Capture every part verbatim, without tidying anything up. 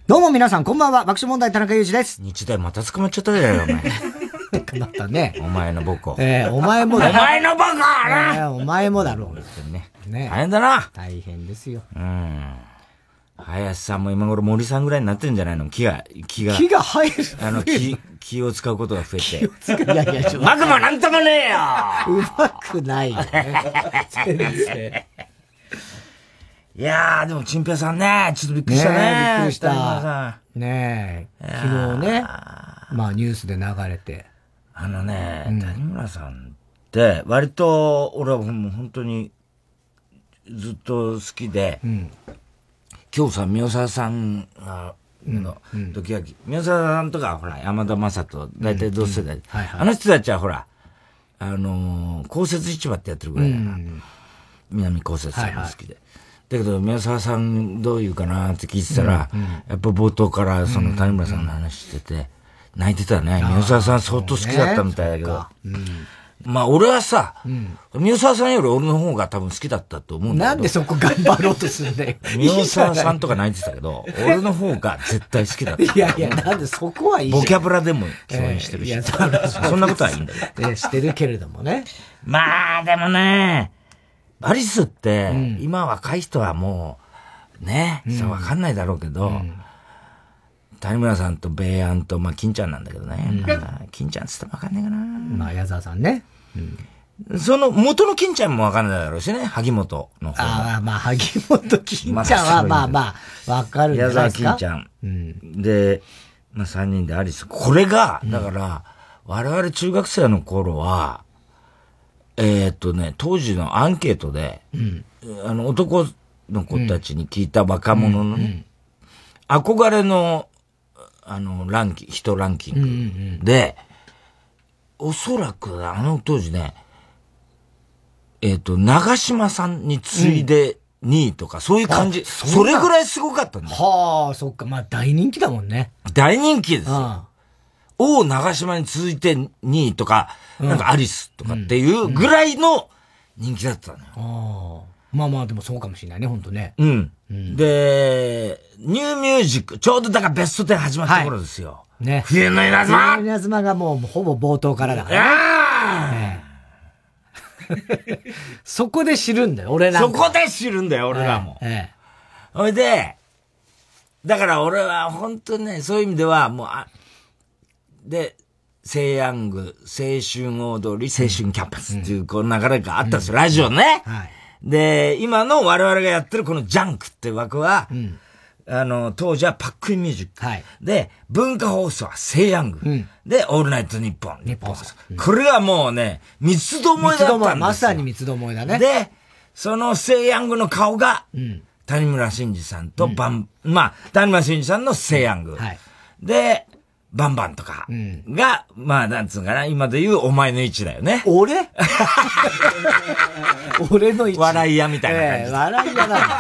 どうも皆さん、こんばんは。爆笑問題田中裕二です。 日大また捕まっちゃったじゃないよ、お前。 またね。 お前の母校。 えー、お前もだ。お前の母校な、 えー、お前もだろう。 ね。 ね。 大変だな。 大変ですよ。 うん。林さんも今頃森さんぐらいになってるんじゃないの？木が、木が。 木が生える。 あの、木、木を使うことが増えて。 木を使う。いやいや、ちょっと。 マグマなんともねえようまくないよね。全然。 いやー、でも、チンペイさんね、ちょっとびっくりしたね。 ねびっくりした。ねえ。昨日ね、まあニュースで流れて。 あのね、うん、谷村さんって、割と、俺はもう本当に、ずっと好きで、うん、今日さ、宮沢さんが、の時は、宮沢さんとか、ほら、山田正人、大体同世代、あの人たちはほら、あのー、公設市場ってやってるぐらいだから、うん、南公設さんが好きで。はいはい、だけど、宮沢さんどういうかなって聞いてたら、うんうん、やっぱ冒頭からその谷村さんの話してて、泣いてたね。宮沢さん相当好きだったみたいだけど。うん、まあ俺はさ、うん、宮沢さんより俺の方が多分好きだったと思うんだけど。 なんでそこ頑張ろうとするんだよ。 宮沢さんとか泣いてたけど、俺の方が絶対好きだった。 いやいや、なんでそこはいいじゃん。 ボキャブラでも共演してるし。えー、そんなことはいいんだよ。 えー、してるけれどもね。 まあでもね、アリスって、うん、今若い人はもう、ね、うん、そうわかんないだろうけど、うん、谷村さんとベイアンと、まあ、金ちゃんなんだけどね。うん、まあ、金ちゃんつってもわかんないかな。 まあ、矢沢さんね。 うん、その、元の金ちゃんもわかんないだろうしね、萩本の方。 ああ、まあ、萩本金ちゃんは、まあまあ、わかるんじゃないですか。 矢沢金ちゃん。うん、で、まあ、三人でアリス。これが、だから、うん、我々中学生の頃は、えー、っとね、当時のアンケートで、うん、あの、男の子たちに聞いた若者のね、うんうん、憧れの、あの、ランキング、人ランキング、うんうん、で、おそらくあの当時ね、えー、っと、長嶋さんに次いでにいとか、うん、そういう感じ。そ, それぐらいすごかったんだよ。 はあ、そっか。まあ大人気だもんね。 大人気ですよ。ああ王長島に続いてにいとか、うん、なんかアリスとかっていうぐらいの人気だったのよ。 うんうん、あまあまあでもそうかもしれないね、ほんとね。 うん。うん、で、ニューミュージック、ちょうどだからベストテン始まった頃ですよ。はい、ね。冬の稲妻冬の稲妻がもうほぼ冒頭からだから、ね。ああ、ね、そこで知るんだよ、俺ら。 そこで知るんだよ、俺らも。ええ。ほいで、だから俺は本当にね、そういう意味ではもう、あで、セイヤング、青春大通り、青春キャンパスっていうこの流れがあったんですよ、うん、ラジオね、うんはい。で、今の我々がやってるこのジャンクって枠は、うん、あの、当時はパックインミュージック。はい、で、文化放送はセイヤング。うん、で、オールナイトニッポン。日本放送。これがもうね、三つどもえだったんですよ。 まさに三つどもえだね。 で、そのセイヤングの顔が、うん、谷村新司さんとバン、うん、まあ、谷村新司さんのセイヤング。はい、で、バンバンとかが、うん、まあ、なんつうかな、今で言うお前の位置だよね。 俺俺の位置。 笑い屋みたいな感じ。 えー、笑い屋なんだ。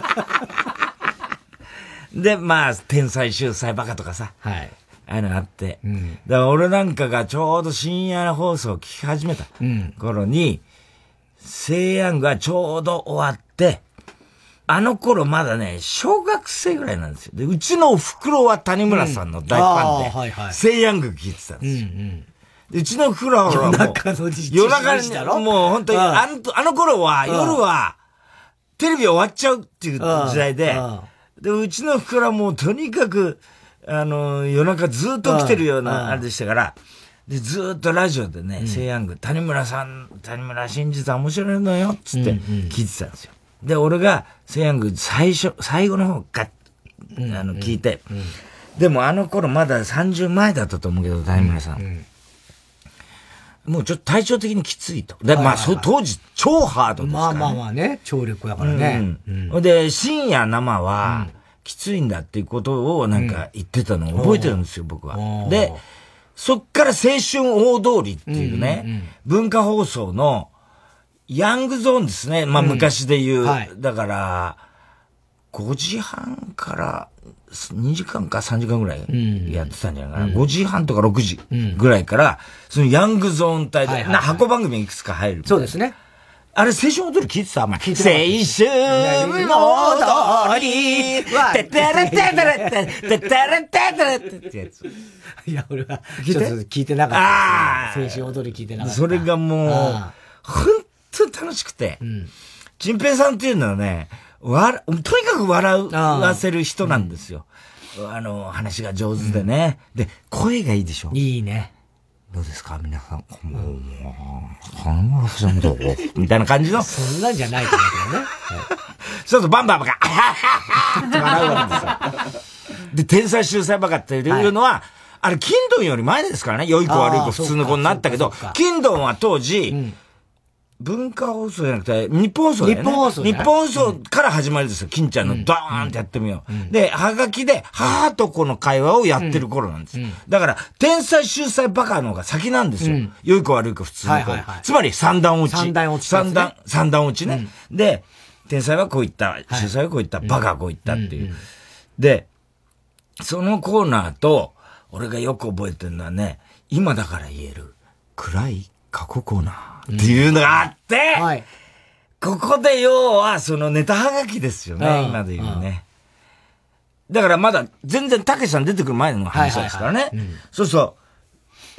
で、まあ、天才秀才バカとかさ。はい。ああいうのがあって。うん、だから俺なんかがちょうど深夜放送を聞き始めた頃に、うん、セイヤングがちょうど終わって、あの頃まだね、小学生ぐらいなんですよ。で、うちのお袋は谷村さんの大ファンで、うんはいはい、セイヤング聞いてたんですよ。うんうん、でうちのお袋はもう、夜中の時夜中に、もう本当に、あの、あの頃は、夜は、テレビ終わっちゃうっていう時代で、で、うちのお袋はもうとにかく、あの、夜中ずっと来てるようなあれでしたから、で、ずっとラジオでね、うん、セイヤング、谷村さん、谷村新司さん面白いのよ、つって聞いてたんですよ。うんうん、で、俺が、セイヤング最初、最後の方か、あの、聞いて、うんうん、でもあの頃まださんじゅうまえだったと思うけど、谷村さん。うんうん、もうちょっと体調的にきついと。で、まあ、そ、当時、超ハードですから、ね。 まあまあまあね、聴力だからね。 うんうん、で、深夜生は、きついんだっていうことをなんか言ってたのを覚えてるんですよ、僕は。で、そっから青春大通りっていうね、うんうんうん、文化放送のヤングゾーンですね。まあ昔で言う。うんはい、だから、ごじはんからにじかんかさんじかんぐらいやってたんじゃないかな。うん、ごじはんとかろくじぐらいから、そのヤングゾーン帯で、はいはいはい、な箱番組いくつか入る。 そうですね。 あれ、青春踊り聞いてた？お前。青春踊り、ててれててれて、ててれててれってやつ。 いや、俺は、ちょっと聞いてなかった。ああ。青春踊り聞いてなかった。 それがもう、ほんと楽しくて。チンペイさんっていうのはね、わとにかく笑わせる人なんですよ。あの、話が上手でね。で、声がいいでしょ。 いいね。 どうですか皆さん。もう、花村さんどうみたいな感じの。 そんなんじゃないと思うけどね。 そうするとバンバンバカ、あはははって笑うわけですよ。で、天才秀才バカっていうのは、はい、あれ、キンドンより前ですからね。良い子悪い子普通の子になったけど、キンドンは当時、うん文化放送じゃなくて、日本放送だよね。 日本放送、 ね。日本放送から始まりですよ。金ちゃんのドーンってやってみよう。うん、で、はがきで母と子の会話をやってる頃なんです。うん、だから、天才秀才バカの方が先なんですよ。うん、良い子悪い子普通の子。はいはいはい、つまり三段落ち。 三段落ち、 ね。三段、三段落ちね。うん、で、天才はこう言った、秀才はこう言った、はい、バカはこう言ったっていう。うんうん、で、そのコーナーと、俺がよく覚えてるのはね、今だから言える、暗い過去コーナー。っていうのがあって、うんはい、ここで要はそのネタはがきですよね、今で言うね。だからまだ全然たけしさん出てくる前の話ですからね。はいはいはいうん、そうそう。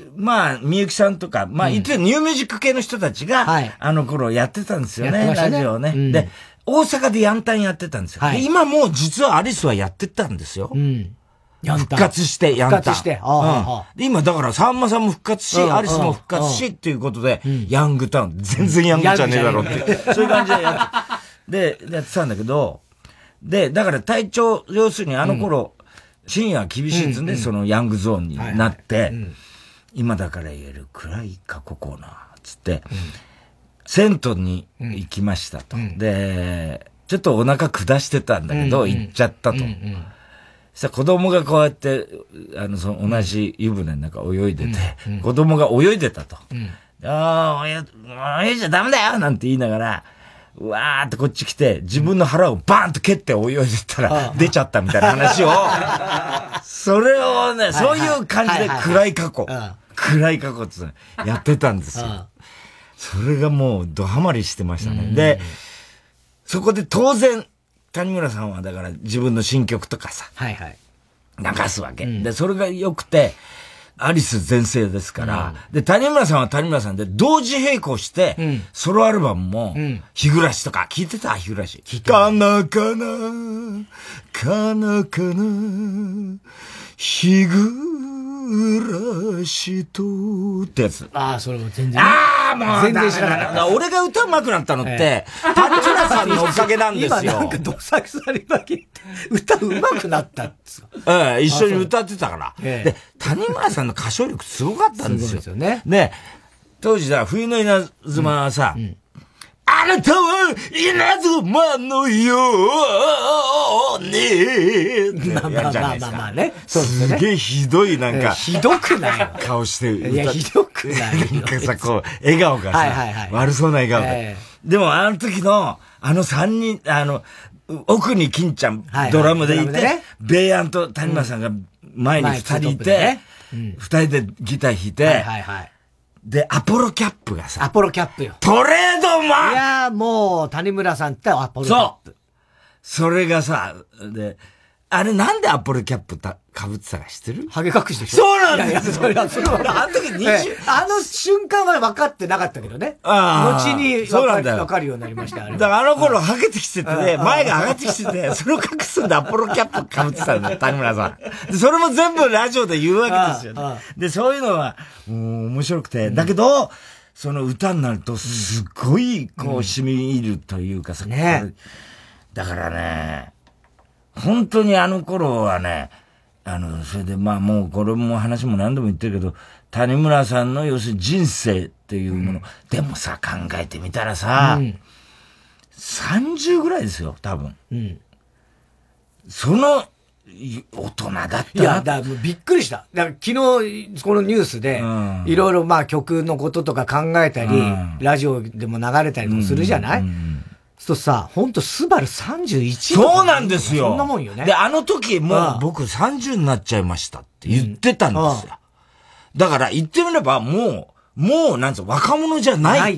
まあ、みゆきさんとか、まあ、言ってニューミュージック系の人たちが、はい、あの頃やってたんですよね、ねラジオね、うん。で、大阪でヤンタンやってたんですよ。はい、で今もう実はアリスはやってたんですよ。うん復活して、ヤンタン。復活して。ああ、うん。今、だから、さんまさんも復活し、アリスも復活し、っていうことで、ヤングタウン。全然ヤングじゃねえだろって。そういう感じでやって、で、やってたんだけど、で、だから体調、要するにあの頃、深夜は厳しいんですね、そのヤングゾーンになって、今だから言える暗い過去コーナー、つって、銭湯に行きましたと。で、ちょっとお腹下してたんだけど、行っちゃったと。さ、子供がこうやって、あの、その同じ湯船の中泳いでて、うんうん、子供が泳いでたと。うん、ああ、泳いじゃダメだよなんて言いながら、うわーってこっち来て、自分の腹をバーンと蹴って泳いでたら、出ちゃったみたいな話を、それをね、そういう感じで暗い過去、暗い過去ってやってたんですよ。それがもうドハマりしてましたね。で、そこで当然、谷村さんはだから自分の新曲とかさ、はいはい、流すわけ、うん。で、それが良くて、アリス全盛ですから、うん、で、谷村さんは谷村さんで同時並行して、うん、ソロアルバムも、うん、日暮らしとか、聞いてた日暮らし。かなかな、かなかな、日暮らしと、ってやつ。 ああ、それも全然。 ああ、もう全然知らなかった。 俺が歌うまくなったのって、谷村さんのおかげなんですよ。 今なんかどさくさに負けて、歌うまくなったっつええ、一緒に歌ってたから。で、谷村さんの歌唱力すごかったんですよ。 すごいですよね。 で、当時さ、冬の稲妻はさ、うんうんあなたは稲妻のようにまあまあまあまあまあね。 そうですね。すげえひどいなんか。 ひどくない顔していや、ひどくないなんかさ、こう、笑顔がさ、悪そうな笑顔で。でもあの時の、あの三人、あの、奥に金ちゃん、ドラムでいて、ベイヤンと谷村さんが前に二人いて、二人でギター弾いて、はいはいはい。で、アポロキャップがさ。 アポロキャップよ。 トレードマンいやーもう、谷村さんってアポロキャップ。 そう。それがさ、で、あれなんでアポロキャップた被ってたか知ってる？ ハゲ隠しでしょ。 そうなんですよ。 それは、それは、あの時にじゅう、あの瞬間は分かってなかったけどね。ああ。後に分かる、分かるようになりました。 だからあの頃ハゲてきててね、前が上がってきてて、それを隠すんでアポロキャップ被ってたんだよ、谷村さん。それも全部ラジオで言うわけですよね。で、そういうのは、もう面白くて。だけど、その歌になると、すごい、こう、染み入るというかさ、ね。だからね、本当にあの頃はね、あの、それでまあもうこれも話も何度も言ってるけど、谷村さんの要するに人生っていうもの、うん、でもさ、考えてみたらさ、うん、さんじゅうぐらいですよ、多分。うん、その、大人だったな。 いや、だもうびっくりした。だから昨日、このニュースで、いろいろまあ曲のこととか考えたり、うん、ラジオでも流れたりもするじゃない、うんうんそうさ、ほんとスバルさんじゅういちそうなんですよ。 そんなもんよね。 で、あの時もう僕さんじゅうになっちゃいましたって言ってたんですよ。だから言ってみればもう、もうなんつう若者じゃない。ない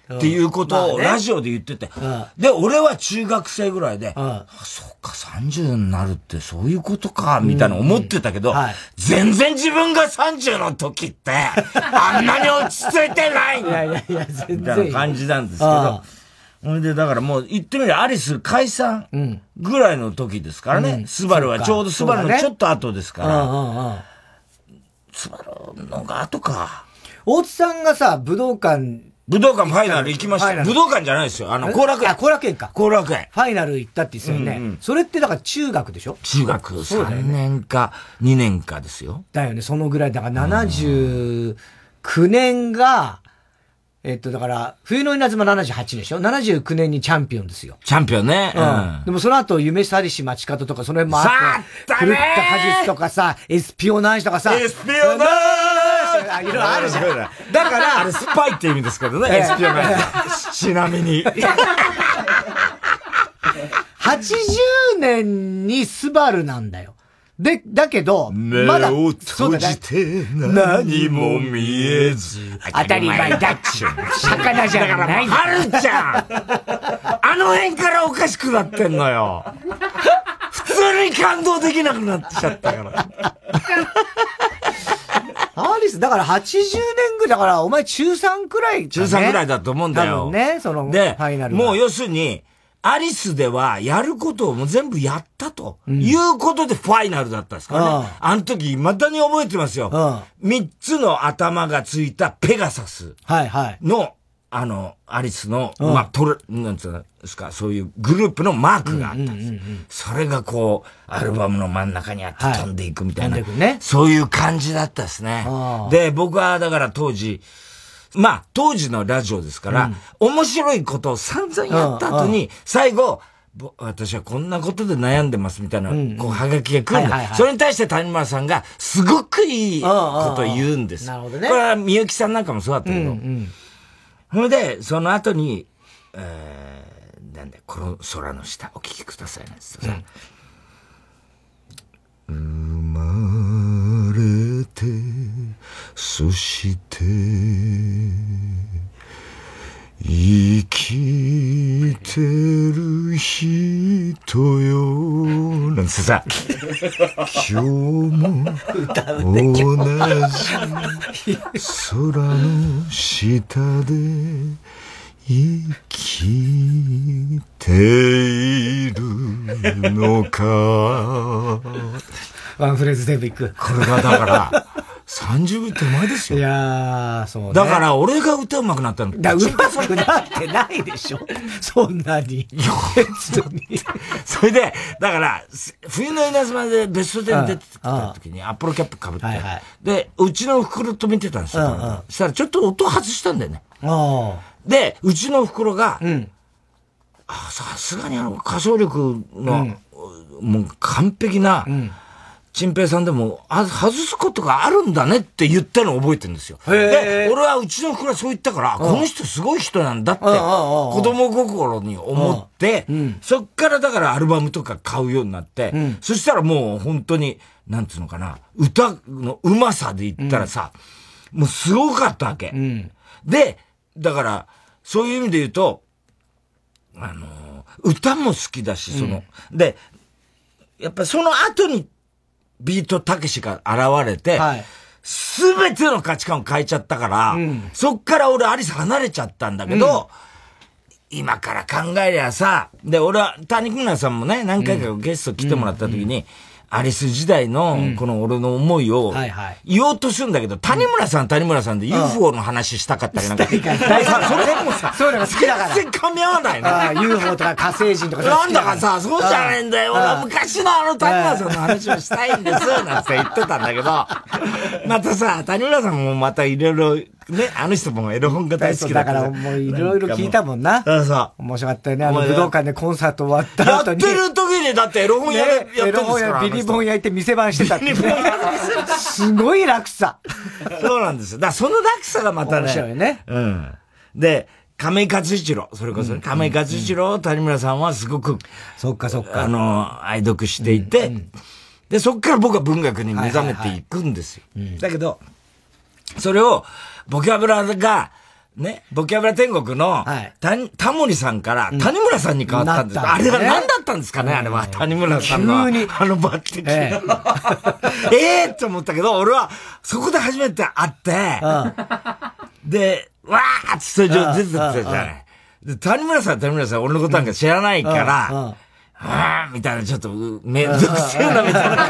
っていうことをラジオで言ってて。で、俺は中学生ぐらいで、あ、そっか、さんじゅうになるってそういうことか、みたいな思ってたけど、全然自分がさんじゅうの時って、あんなに落ち着いてないいやいやいや、全然。 みたいな感じなんですけど、ほいで、だからもう言ってみればアリス解散ぐらいの時ですからね。スバルはちょうどスバルのちょっと後ですから。スバルのが後か。 大津さんがさ、武道館、 武道館ファイナル行きました。武道館じゃないですよ。あの、後楽園。 あ、後楽園か。 後楽園。 ファイナル行ったって言ってたよね。うんうん、それってだから中学でしょ？ 中学。さんねんかにねんかですよ。 だよね、そのぐらい。だからななじゅうきゅうねんが、えっと、だから、冬の稲妻ななじゅうはちでしょ ?ななじゅうきゅうねんにチャンピオンですよ。 チャンピオンね。 うん。でもその後、夢さりし街角とか、その辺もあって、狂った果実とかさ、エスピオナージュとかさ、 エスピオナーいろいろあるじゃん。だから、 あれスパイって意味ですけどね、エスピオナージュ。ちなみに。 はちじゅうねんにスバルなんだよ。で、だけど、 まだ、目を閉じて何も見えず。 当たり前だっちゅう。魚じゃないんだ。 はるちゃんあの辺からおかしくなってんのよ。普通に感動できなくなっちゃったから。 アリス、だからはちじゅうねんぐらい、だからお前中さんくらい、ね。 中さんくらいだと思うんだよ。 多分ね、その、 で、 ファイナルもう要するに、アリスではやることをもう全部やったと、うん、いうことでファイナルだったんですからね。うん、あの時未だに覚えてますよ。三、うん、つの頭がついたペガサスの、はいはい、あの、アリスの、うん、まあ、トル、なんつうんですか、そういうグループのマークがあったんです。うんうんうんうん、それがこう、アルバムの真ん中にあって飛んでいくみたいな、はいね、そういう感じだったですね。で、僕はだから当時、まあ、当時のラジオですから、うん、面白いことを散々やった後に、最後、私はこんなことで悩んでますみたいな、うん、こう、はがきが来るんだ、はいはいはい。それに対して谷村さんが、すごくいいことを言うんです。 なるほどね。 これはみゆきさんなんかもそうだったけど。うんうん、それで、その後に、えー、なんだこの空の下、お聞きくださいなんですよ。うん、生まれて、そして生きてる人よなんてさ今日も同じ空の下で生きているのかワンフレーズ全部いくこれがだからさんじゅう手前ですよ。 いやー、そうね。 だから俺が歌うまくなったの。 だからうまくなってないでしょ。そんなに。別に。 それで、だから、冬の稲妻でベストテン出てた時にアップルキャップ被って、はいはい、で、うちの袋と見てたんですよ。うんうん、そしたらちょっと音外したんだよね。で、うちの袋が、うん、あ、さすがにあの歌唱力の、うん、もう完璧な、うんチンペイさんでも、あ、外すことがあるんだねって言ったのを覚えてるんですよ。で、俺はうちの袋はそう言ったから、この人すごい人なんだって、子供心に思って、そっからだからアルバムとか買うようになって、そしたらもう本当に、なんていうのかな、歌のうまさで言ったらさ、もうすごかったわけ。で、だから、そういう意味で言うと、あの、歌も好きだし、その、で、やっぱその後に、ビートたけしが現れて、すべ、はい、ての価値観を変えちゃったから、うん、そっから俺アリス離れちゃったんだけど、うん、今から考えりゃさ、で、俺は谷村さんもね、何回かゲスト来てもらった時に、うんうんアリス時代の、この俺の思いを、言おうとするんだけど、谷村さん、谷村さんで ユーフォー の話したかったりなんか。それもさ、 そういうのが好きだから。 全然噛み合わないの。ユーフォー とか火星人とかなんだかさ、そうじゃねえんだよ。昔のあの谷村さんの話をしたいんです、なんて言ってたんだけど、またさ、谷村さんもまたいろいろ、ね、あの人もエロ本が大好きだから。 だからもういろいろ聞いたもんな。 そうそう。 面白かったよね。あの武道館でコンサート終わった後に。 やってる時にだってエロ本やってるんですから。エロ本やビリボン焼いて店番してたって、ね。すごい楽さ。 そうなんですよ。だからその楽さがまたね。 面白いね。 うん。で、亀井勝一郎、それこそ、ね、亀井勝一郎、谷村さんはすごく、 そっかそっか。 あの、愛読していて、で、そっから僕は文学に目覚めていくんですよ。だけど、それを、ボキャブラが、 ね、ボキャブラ天国の、はい、た、タモリさんから谷村さんに変わったんです。うん、あれは何だったんですかね、あれは。谷村さんの。急に。あの抜擢。えええーって思ったけど、俺は、そこで初めて会って、うん、で、わーってスタジオ出てたじゃない。で、谷村さん、谷村さん、俺のことなんか知らないから、うん、はぁーみたいな、ちょっと、めんどくせえな、みたいな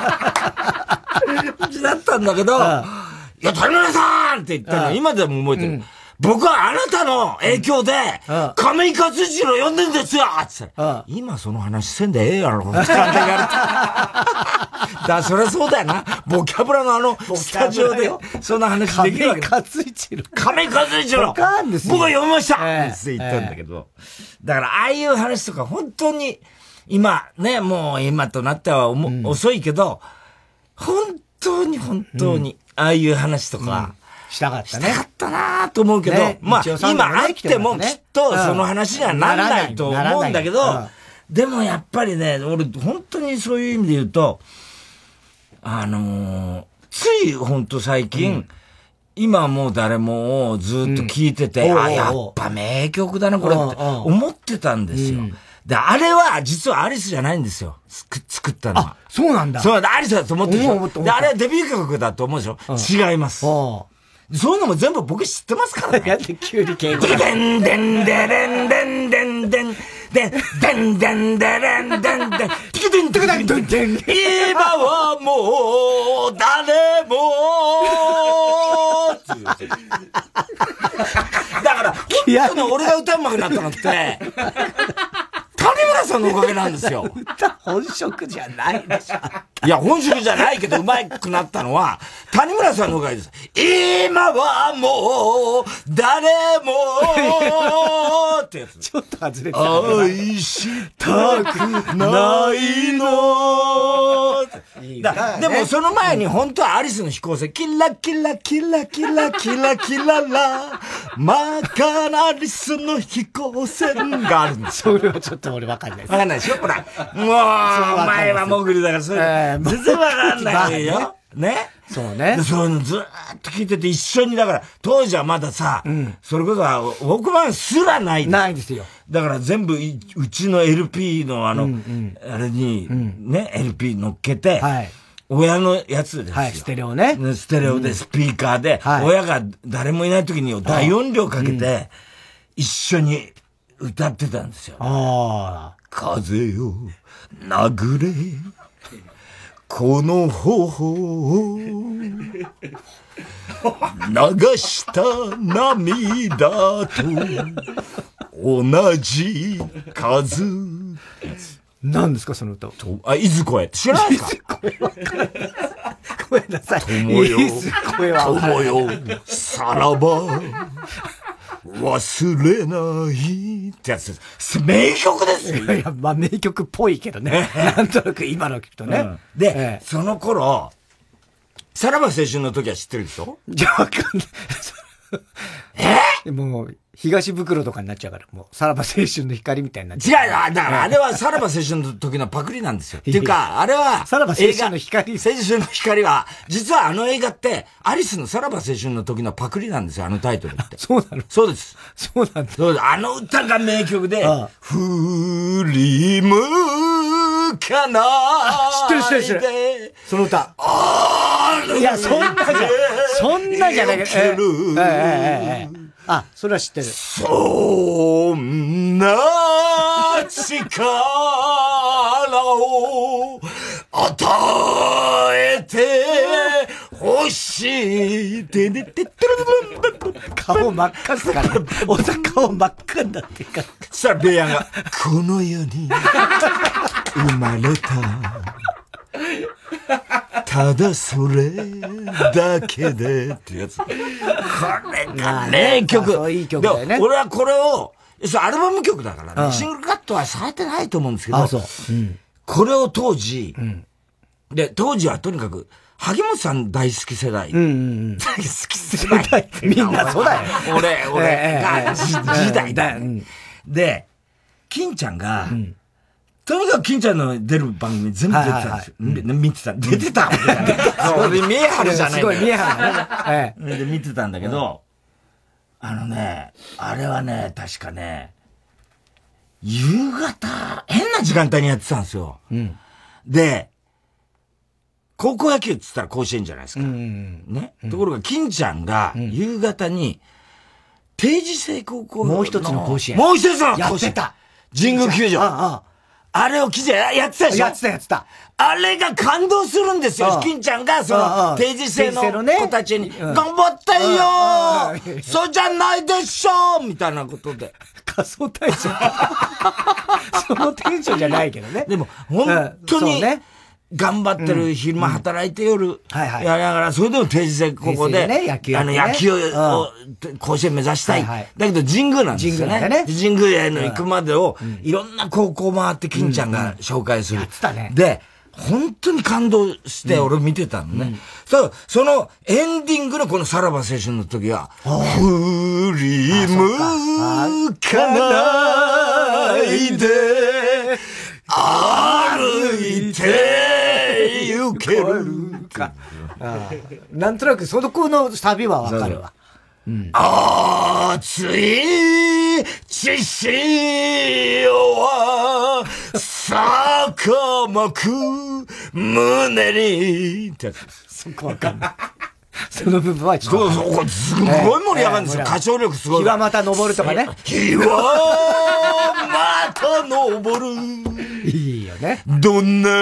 感じだったんだけど、いや、谷村さんって言ったの、今でも覚えてる。うん僕はあなたの影響で、亀井勝一郎呼んでんですよって言ったら、今その話せんでええやろって言われた。だからそりゃそうだよな。ボキャブラのあの、スタジオで、そんな話できるわけだ。 亀井勝一郎。 亀井勝一郎。僕は読みましたって言ったんだけど。だから、ああいう話とか本当に、今、ね、もう今となっては遅いけど、本当に本当に、ああいう話とか、 したかったね。 したかったなと思うけど、ね、まあ、ね、今あってもきっとその話にはならないと思うんだけど、うん、でもやっぱりね、俺本当にそういう意味で言うと、あのー、つい本当最近、うん、今もう誰もずっと聞いてて、うん、あ、やっぱ名曲だなこれって思ってたんですよ。うんで、あれは、実はアリスじゃないんですよ。作ったのは。 あ、そうなんだ。 そうだ、アリスだと思ってるでしょ。で、あれはデビュー曲だと思うでしょ。うん、違います。そういうのも全部僕知ってますからね。 やって急に敬語。 でんでんでれんでんでんでんでんでんでんでんでれんでんでんテキデンテキデンテキデン今はもう誰もだから、本当に俺が歌うまくなったのって、谷村さんのおかげなんですよ。 歌本職じゃないでしょ。 いや、本職じゃないけど、うまくなったのは、谷村さんのおかげです。今はもう、誰もってやつ。 ちょっと外れてた。 愛したくないのいいだ、ね、でもその前に本当はアリスの飛行船、キラキラキラキラキラキララ、マカナリスの飛行船があるんです。 それはちょっと俺わかんないです。 わかんないでしょほら。もう、お前はモグリだからそれ、えー、全然わかんないよ。ねそうね。 そういうのずーっと聞いてて一緒に、だから、当時はまださ、うん、それこそ、ウォークマンすらない。 ないですよ。 だから全部、うちの エルピー のあの、うんうん、あれに、うん、ね、エルピー 乗っけて、はい、親のやつですよ。 はい、ステレオね。 ステレオでスピーカーで、うんはい、親が誰もいない時に大音量かけて、うん、一緒に歌ってたんですよ。ああ。風よ、殴れ。この頬を流した涙と同じ数。 何ですかその歌。 あ、いずこえ。知らないですか？ いずこえわかんない。ごめんなさい。 友よ。 いずこえはわかんない。 友よ。さらば。忘れないってやつです。名曲ですよ。 いやいや、まあ名曲っぽいけどね。なんとなく今の聞くとね。うん、 で、ええ、その頃、さらば青春の時は知ってるでしょ？ じゃあわかんない。えもう、東袋とかになっちゃうから、もう、さらば青春の光みたいになっちゃう。 違う、だからあれはさらば青春の時のパクリなんですよ。っていうか、あれは、 さらば青春の光。 青春の光は、実はあの映画って、アリスのさらば青春の時のパクリなんですよ、あのタイトルって。 そうなの？ そうです。 そうなんだ。 そうです。あの歌が名曲で、ああ振り向かない。 知ってる知ってる知ってる。その歌。 あいや、そんなじゃ、そんなじゃないけど。ええええええあ、それは知ってる。 そんな力を与えてほしい。ででで顔真っ赤っすから。おさ顔真っ赤になってか。 そしたらベアが、この世に生まれた。ただそれだけでってやつ。これが名曲。 そういい曲だよね。 俺はこれを、アルバム曲だからね、シングルカットはされてないと思うんですけど、 あそううん、 これを当時、うん、で、当時はとにかく、萩本さん大好き世代。うんうんうん、好き世代。 みんなそうだよ。 俺、俺が時代だよ。で、金ちゃんが、うんとにかく金ちゃんの出る番組全部出てたんですよ。はいはいはい、見てた。出てた俺見え張るじゃないすごい見え張るね。 で見てたんだけど、 あのね、あれはね、確かね、夕方、変な時間帯にやってたんですよ。うん、で、高校野球って言ったら甲子園じゃないですか。うんうん、ね、うん。ところが、金ちゃんが夕方に、定時制高校のもう一つの甲子園。 もう一つの甲子園。 やってた。 神宮球場。ああああれを記事やってたでしょ。 やってたやってた。 あれが感動するんですよ。金ちゃんが、その、定時制の子たちに、頑張ってよーそうじゃないでしょーみたいなことで。 仮想大賞そのテンションじゃないけどね。 でも、本当に、頑張ってる、昼間働いて夜、やりながら、それでも定時制ここで、あの、野球を、甲子園目指したい。だけど、神宮なんですよね。神宮への行くまでを、いろんな高校回って、金ちゃんが紹介する。で、本当に感動して、俺見てたのね。そう、そのエンディングのこのさらば青春の時は、振り向かないで、歩いて行けるか。 なんとなくその子の旅はわかるわ。 うん、熱い血潮は坂巻く胸にってやつ。 そこわかんない。その部分はちょっと。 そうそう、すごい盛り上がるんですよ。歌唱力すごい。 日はまた登るとかね。 日はまた登る。 いいよね。 どんな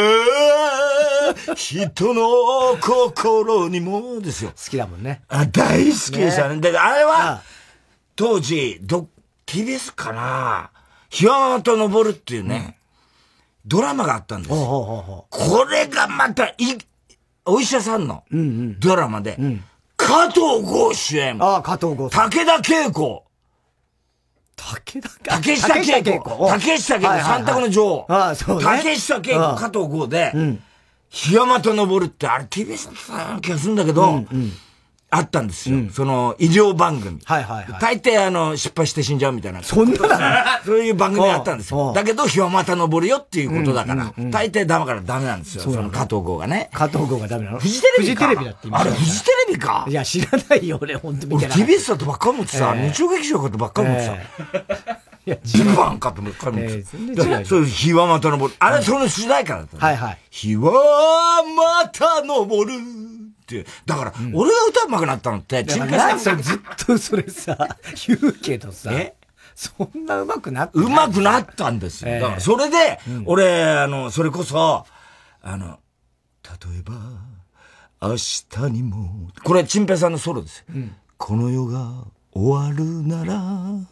人の心にもですよ。 好きだもんね。 あ、大好きでしたね。で、あれは、当時、ど、ティービーエス かな日はまた登るっていうね、ドラマがあったんですよ。これがまた、い、お医者さんのドラマで、加藤剛主演。 ああ、加藤剛。 武田恵子。 武田竹下恵子。竹下恵子。三択の女王。 ああ、そうね。 竹下恵子、加藤剛で、日はまた登るって、あれ ティービーエス だったような気がするんだけど、あったんですよ。その、医療番組。 はいはいはい。 大抵あの、失敗して死んじゃうみたいな。 そんなだそういう番組あったんですよ。だけど、日はまた登るよっていうことだから、大抵ダメからダメなんですよ。その加藤剛がね。 加藤剛がダメなのフジテレビか。 フジテレビだって今。あれ、フジテレビか。 いや、知らないよ、俺、ほんと見てない。 俺 ティービーエス だとばっか思ってさ、日曜劇場かとばっか思ってさ。いや、ジバンかとばっか思ってさ。全然違う。そういう日はまた登る。あれ、その主題歌だった。 はいはい。 日はまた登る。だから、うん、俺が歌うまくなったのって、 チンペイさん。それずっとそれさ、言うけどさ、えそんな上手くなった上手くなったんですよ。えー、だからそれで、うん、俺、あの、それこそ、あの、例えば、明日にも、これ、チンペイさんのソロですよ。うん、この世が終わるなら、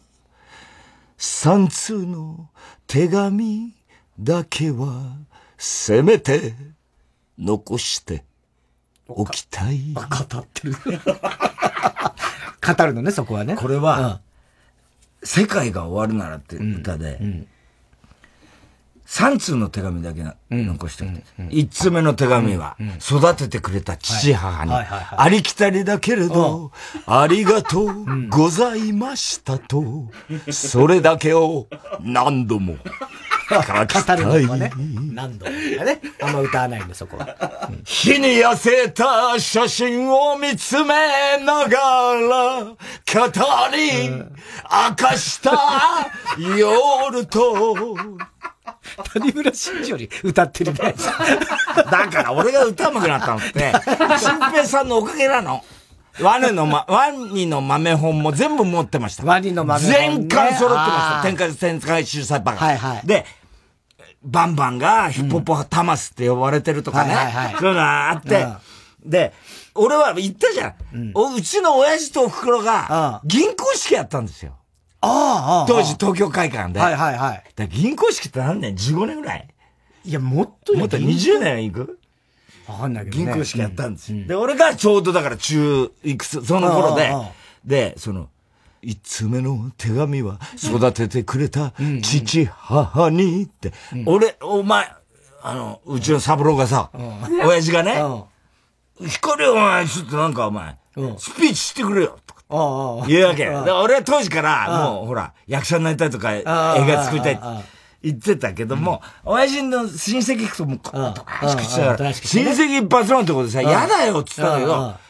三通の手紙だけは、せめて、残して、起きたい。 語ってる。語るのね、そこはね。 これは、うん、世界が終わるならって歌で、うんうん、三通の手紙だけ残しておいて、うんうん、一通目の手紙は、育ててくれた父母に、ありきたりだけれど、ありがとうございましたと、それだけを何度も。 語るのはね、何度もね。あんま歌わないんで、そこは。 うん、日に痩せた写真を見つめながら、語り明かした夜と、 谷村新司より歌ってるね。 だから俺が歌うまくなったのって、新平さんのおかげなの。ワニのま、ワニの豆本も全部持ってました。 ワニの豆本、 ね。全巻揃ってました。天下天下集祭バカ。 はいはい。 で、バンバンがヒッポポタマスって呼ばれてるとかね。うんはいはいはい、そういうのがあって、うん、で、俺は言ったじゃん。うん、おうちの親父とおふくろが銀行式やったんですよ。 ああ、 当時東京会館で。 はいはいはい。 だ銀行式って何年 ?じゅうご 年ぐらいいや、もっともっとにじゅうねんいくわかんないけどね。 銀行式やったんですよ。うん、で、俺がちょうどだから中いくつ、その頃で、で、その、一通目の手紙は育ててくれた父母にって、うん、俺、お前、あの、うちの三郎がさ、うん、親父がね、うん、光お前、ちょっとなんかお前、うん、スピーチしてくれよ、とか言うわけ。だから俺は当時から、もうほら、役者になりたいとか、映画作りたいって言ってたけども、うん、親父の親戚行くともう、こうとか、しくしながら、親戚一発のところでさ、嫌だよって言ったんだけど、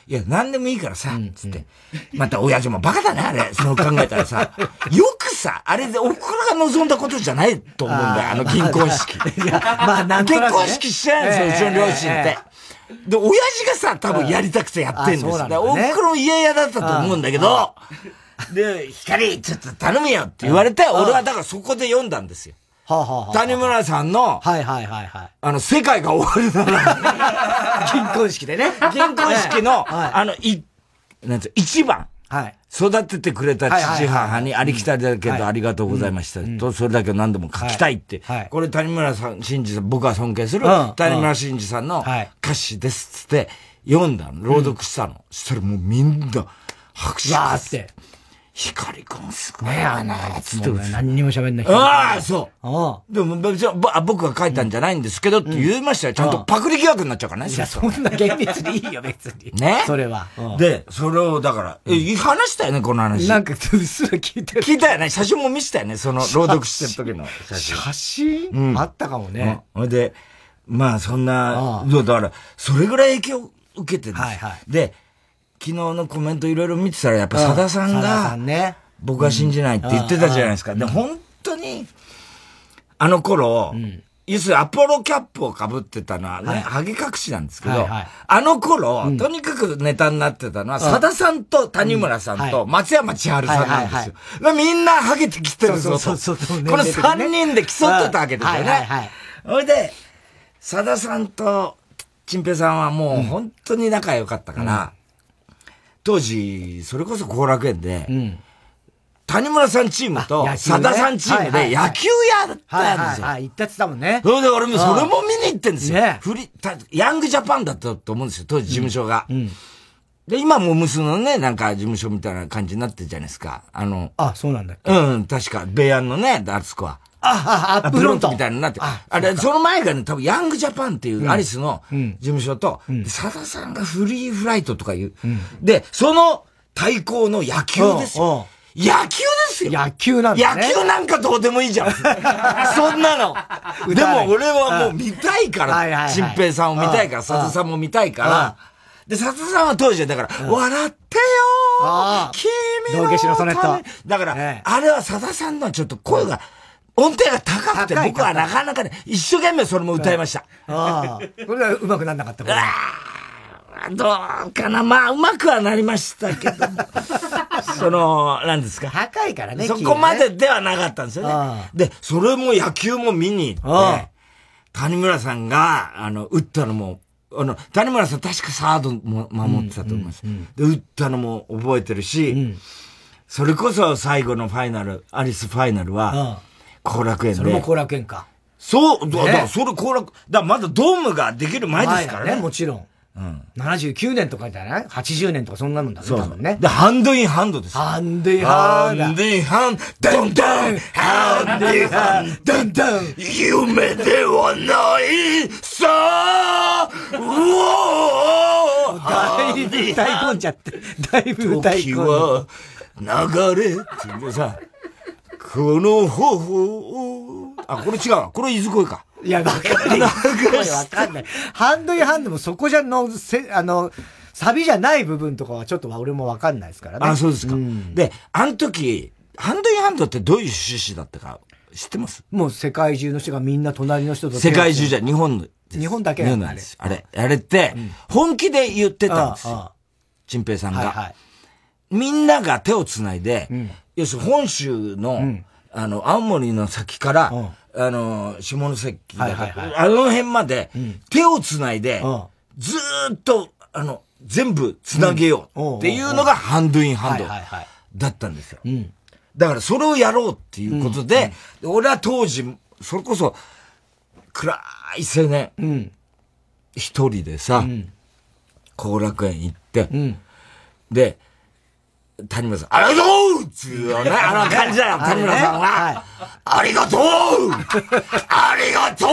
いや、何でもいいからさ、つって。また親父もバカだね、あれ。そう考えたらさ。よくさ、あれでおふくろが望んだことじゃないと思うんだよ、あの銀婚式。 いや、まあ、なんとなく、ね。 結婚式しちゃうんですよ、うちの両親って。で、親父がさ、多分やりたくてやってんですよ。ね、おふくろも嫌々だったと思うんだけど、で、光、ちょっと頼むよって言われて、俺はだからそこで読んだんですよ。はあはあ、谷村さんの、 はいはいはいはい。 あの、世界が終わるなら。 銀婚式でね。 銀婚式の、はい、あの、い、なんつう、一番。はい。育ててくれた父母にありきたりだけどありがとうございました。と、それだけを何度も書きたいって。はい。これ谷村さん、真司さん、僕が尊敬する、谷村新司さんの歌詞ですっつって読んだの、朗読したの。そしたらもうみんな拍手わーって。 光くんすごいやなーつって。 何にも喋んない。 ああ、そう。ああ。でも別に僕が書いたんじゃないんですけどって言いましたよ。ちゃんとパクリ疑惑になっちゃうからね。 いや、そんな厳密でいいよ、別に。 ね。 それは。 で、それをだから、え、話したよね、この話。 なんか、うっすら聞いてる。 聞いたよね。写真も見せたよね、その朗読してる時の写真。 写真あったかもね。 ほいで、まあそんな、だから、それぐらい影響を受けてるんです。はいはい。で、昨日のコメントいろいろ見てたら、やっぱ佐田さんが、僕は信じないって言ってたじゃないですか。で、本当に、あの頃、要するにアポロキャップを被ってたのはね、ハゲ隠しなんですけど、あの頃、とにかくネタになってたのは、佐田さんと谷村さんと松山千春さんなんですよ。みんなハゲてきてるぞと。このさんにんで競ってたわけですよね。それで、佐田さんと陳平さんはもう本当に仲良かったから、当時、それこそ後楽園で、谷村さんチームと佐田さんチームで野球やったんですよ。 はい、行ったってたもんね。 それで俺もそれも見に行ってんですよ。フリヤングジャパンだったと思うんですよ、当時事務所が。で、今もムスのね、なんか事務所みたいな感じになってるじゃないですか。あの、 あ、そうなんだっけ。 うん、確か、ベアンのね、あそこは。 あ、あ、アップフロントみたいになって。あれ、その前がね、多分ヤングジャパンっていうアリスの事務所と、佐田さんがフリーフライトとかいう。で、その対抗の野球ですよ。野球ですよ。 野球なんだね。野球なんかどうでもいいじゃん。そんなの。でも俺はもう見たいから、陳平さんを見たいから、佐田さんも見たいから。で、佐田さんは当時はだから、笑ってよー君の。 道化師のソネット。 だから、あれは佐田さんのちょっと声が、音程が高くて、僕はなかなかね、一生懸命それも歌いました。 ああ。これは上手くなんなかった。 どうかな。まあ、上手くはなりましたけど。その、何ですか。 高いからね。 そこまでではなかったんですよね。で、それも野球も見に行って、谷村さんが、あの、打ったのも、あの、谷村さん確かサードも守ってたと思います。で、打ったのも覚えてるし、それこそ最後のファイナル、アリスファイナルは、後楽園で。 それも後楽園か。 そう、だからそれ後楽、だまだドームができる前ですからね。 もちろん。うん。ななじゅうきゅうねんとかじゃない ?はちじゅうねんとかそんなもんだね。 そうそうね。で、ハンドインハンドです。 ハンドインハンド。 ハンドインハンド。ドンドンハンドインハンド。ドンドン夢ではないさうおーだいぶ歌い込んじゃって。だいぶ歌い込んじゃって。時は流れっていうさ、この方法あ、これ違う。これいずこいか。 いや、わかんない。わかんない。ハンドインハンドもそこじゃの、せ、あの、サビじゃない部分とかはちょっと俺もわかんないですからね。 あ、そうですか。うん、で、あの時、ハンドインハンドってどういう趣旨だったか知ってます？ もう世界中の人がみんな隣の人と。 世界中じゃ、日本の。 日本だけなんです。あれ、あれって、本気で言ってたんですよ。陳平さんが。はいはい、みんなが手をつないで、うん、要するに本州の、うん、あの、青森の先から、うんあの、下関だから、あの辺まで、手をつないで、ずーっと、あの、全部つなげようっていうのがハンドインハンドだったんですよ。だからそれをやろうっていうことで、俺は当時、それこそ、暗い青年、一人でさ、後楽園行って、で、谷村さん、ありがとうっていうね、あの感じだよ、谷村さんは。ありがとうありがと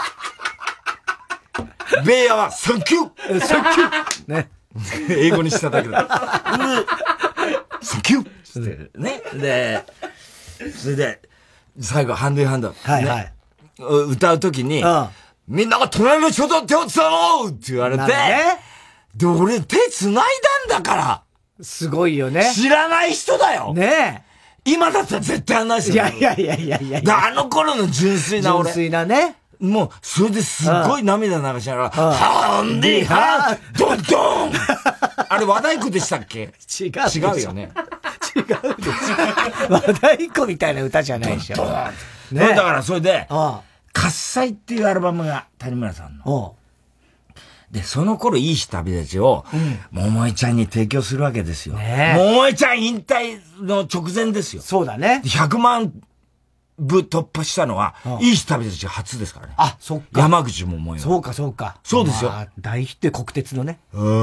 うベイヤは、サンキューサンキューね。 英語にしただけだ。サンキューってね。で、それで、最後、ハンドインハンド。はいはい。歌うときに、みんなが隣の人と手をつなごうって言われて、 で、俺手繋いだんだから。 すごいよね。 知らない人だよ。 ねえ。今だったら絶対あんないですよ。 いやいやいやいやいや。 あの頃の純粋な俺。 純粋なね。 もう、それですっごい涙流しながら、ハンディハンドンドンあれ和太鼓でしたっけ？ 違う。 違うよね。 違うでしょ。和太鼓みたいな歌じゃないでしょ。 ね。だからそれで、喝采っていうアルバムが谷村さんの。で、その頃、いい日旅立ちを、桃井ちゃんに提供するわけですよ。桃井ちゃん引退の直前ですよ。 そうだね。 ひゃくまん部突破したのは、いい日旅立ち初ですからね。 あ、そっか。 山口ももよ。 そうか、そうか。 そうですよ。 大ヒット国鉄のね。 ああ、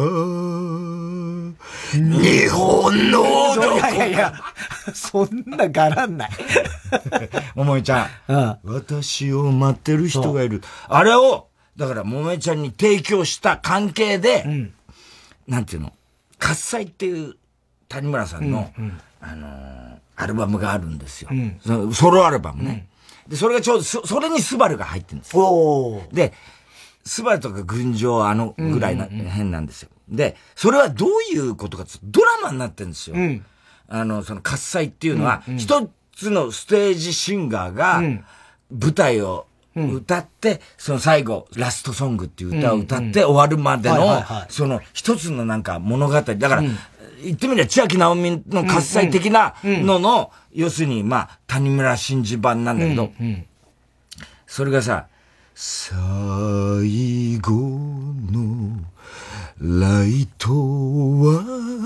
日本のいやいやいや、そんながらんない。 桃井ちゃん、私を待ってる人がいる。あれを、だから、桃江ちゃんに提供した関係で、うん、なんていうの、喝采っていう谷村さんの、うんうん、あのー、アルバムがあるんですよ。うん、そのソロアルバムね、うん。で、それがちょうど、そ、それにスバルが入ってるんですよ。で、スバルとか群青あのぐらいな、うんうんうん、変なんですよ。で、それはどういうことかって、ドラマになってるんですよ。うん、あの、その喝采っていうのは、一、うんうん、つのステージシンガーが、舞台を、歌って、その最後、ラストソングっていう歌を歌って終わるまでの、その一つのなんか物語。だから、言ってみれば千秋直美の喝采的なのの、要するに、まあ、谷村新司版なんだけど、それがさ、最後のライトは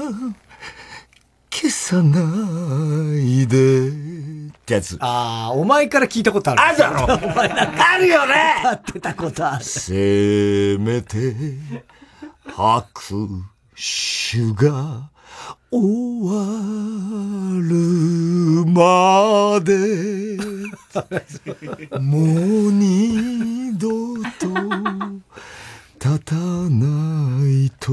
消さないで、ってやつ。 ああ、お前から聞いたことある。 あるだろお前なんかあるよねやってたことある。 せめて、拍手が終わるまで、もう二度と立たないと、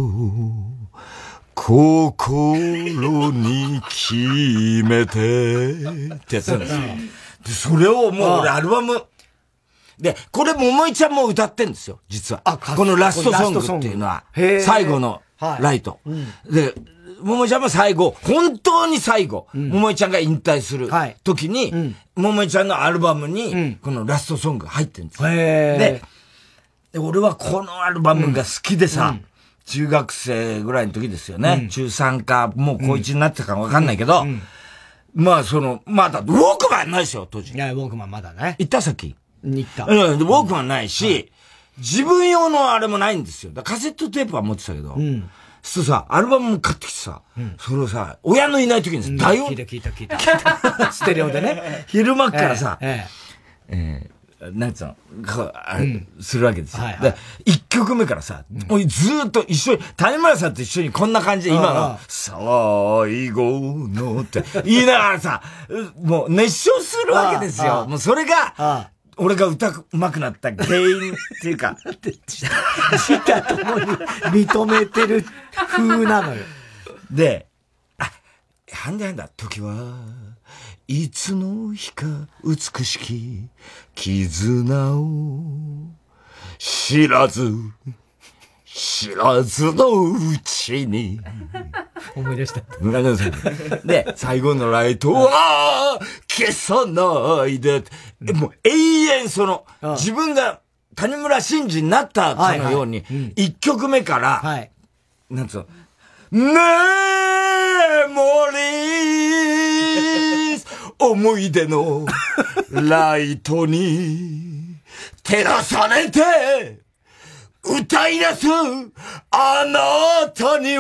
心に決めてってやつなんですよ。で、それをもう俺アルバム、で、これ桃井ちゃんも歌ってんですよ、実は。あ、このラストソングっていうのは、最後のライト。はいうん、で、桃井ちゃんも最後、本当に最後、うん、桃井ちゃんが引退する時に、はいうん、桃井ちゃんのアルバムに、このラストソング入ってるんですよ。で、で俺はこのアルバムが好きでさ、うん中学生ぐらいの時ですよね。うん、中さんか、もう高いちになってたかわかんないけど、うんうん、まあその、まだ、ウォークマンないですよ、当時。 いや、ウォークマンまだね。 行った先行った。 うん、ウォークマンないし、うんはい、自分用のあれもないんですよ。だカセットテープは持ってたけど、うん、そうさ、アルバムも買ってきてさ、うん、それをさ、親のいない時にさ、 大音。聞いた聞いた聞いた。聞いたステレオでね。 昼間からさ、ええええなんつうの、あれ、うん、するわけですよ。はいはい、で、一曲目からさ、うん、ずーっと一緒に、谷村さんと一緒にこんな感じで今の、最後のって言いながらさ、もう熱唱するわけですよ。もうそれが、俺が歌うまくなった原因っていうか、 自他ともに認めてる風なのよ。 で、あ、ハンデハンダ、時はいつの日か美しき絆を知らず知らずのうちに思い出したで最後のライトは消さないで、うん、もう永遠その自分が谷村新司になったかのように一曲目から、はい、なんつうのねえモリー思い出のライトに照らされて歌い出すあなたに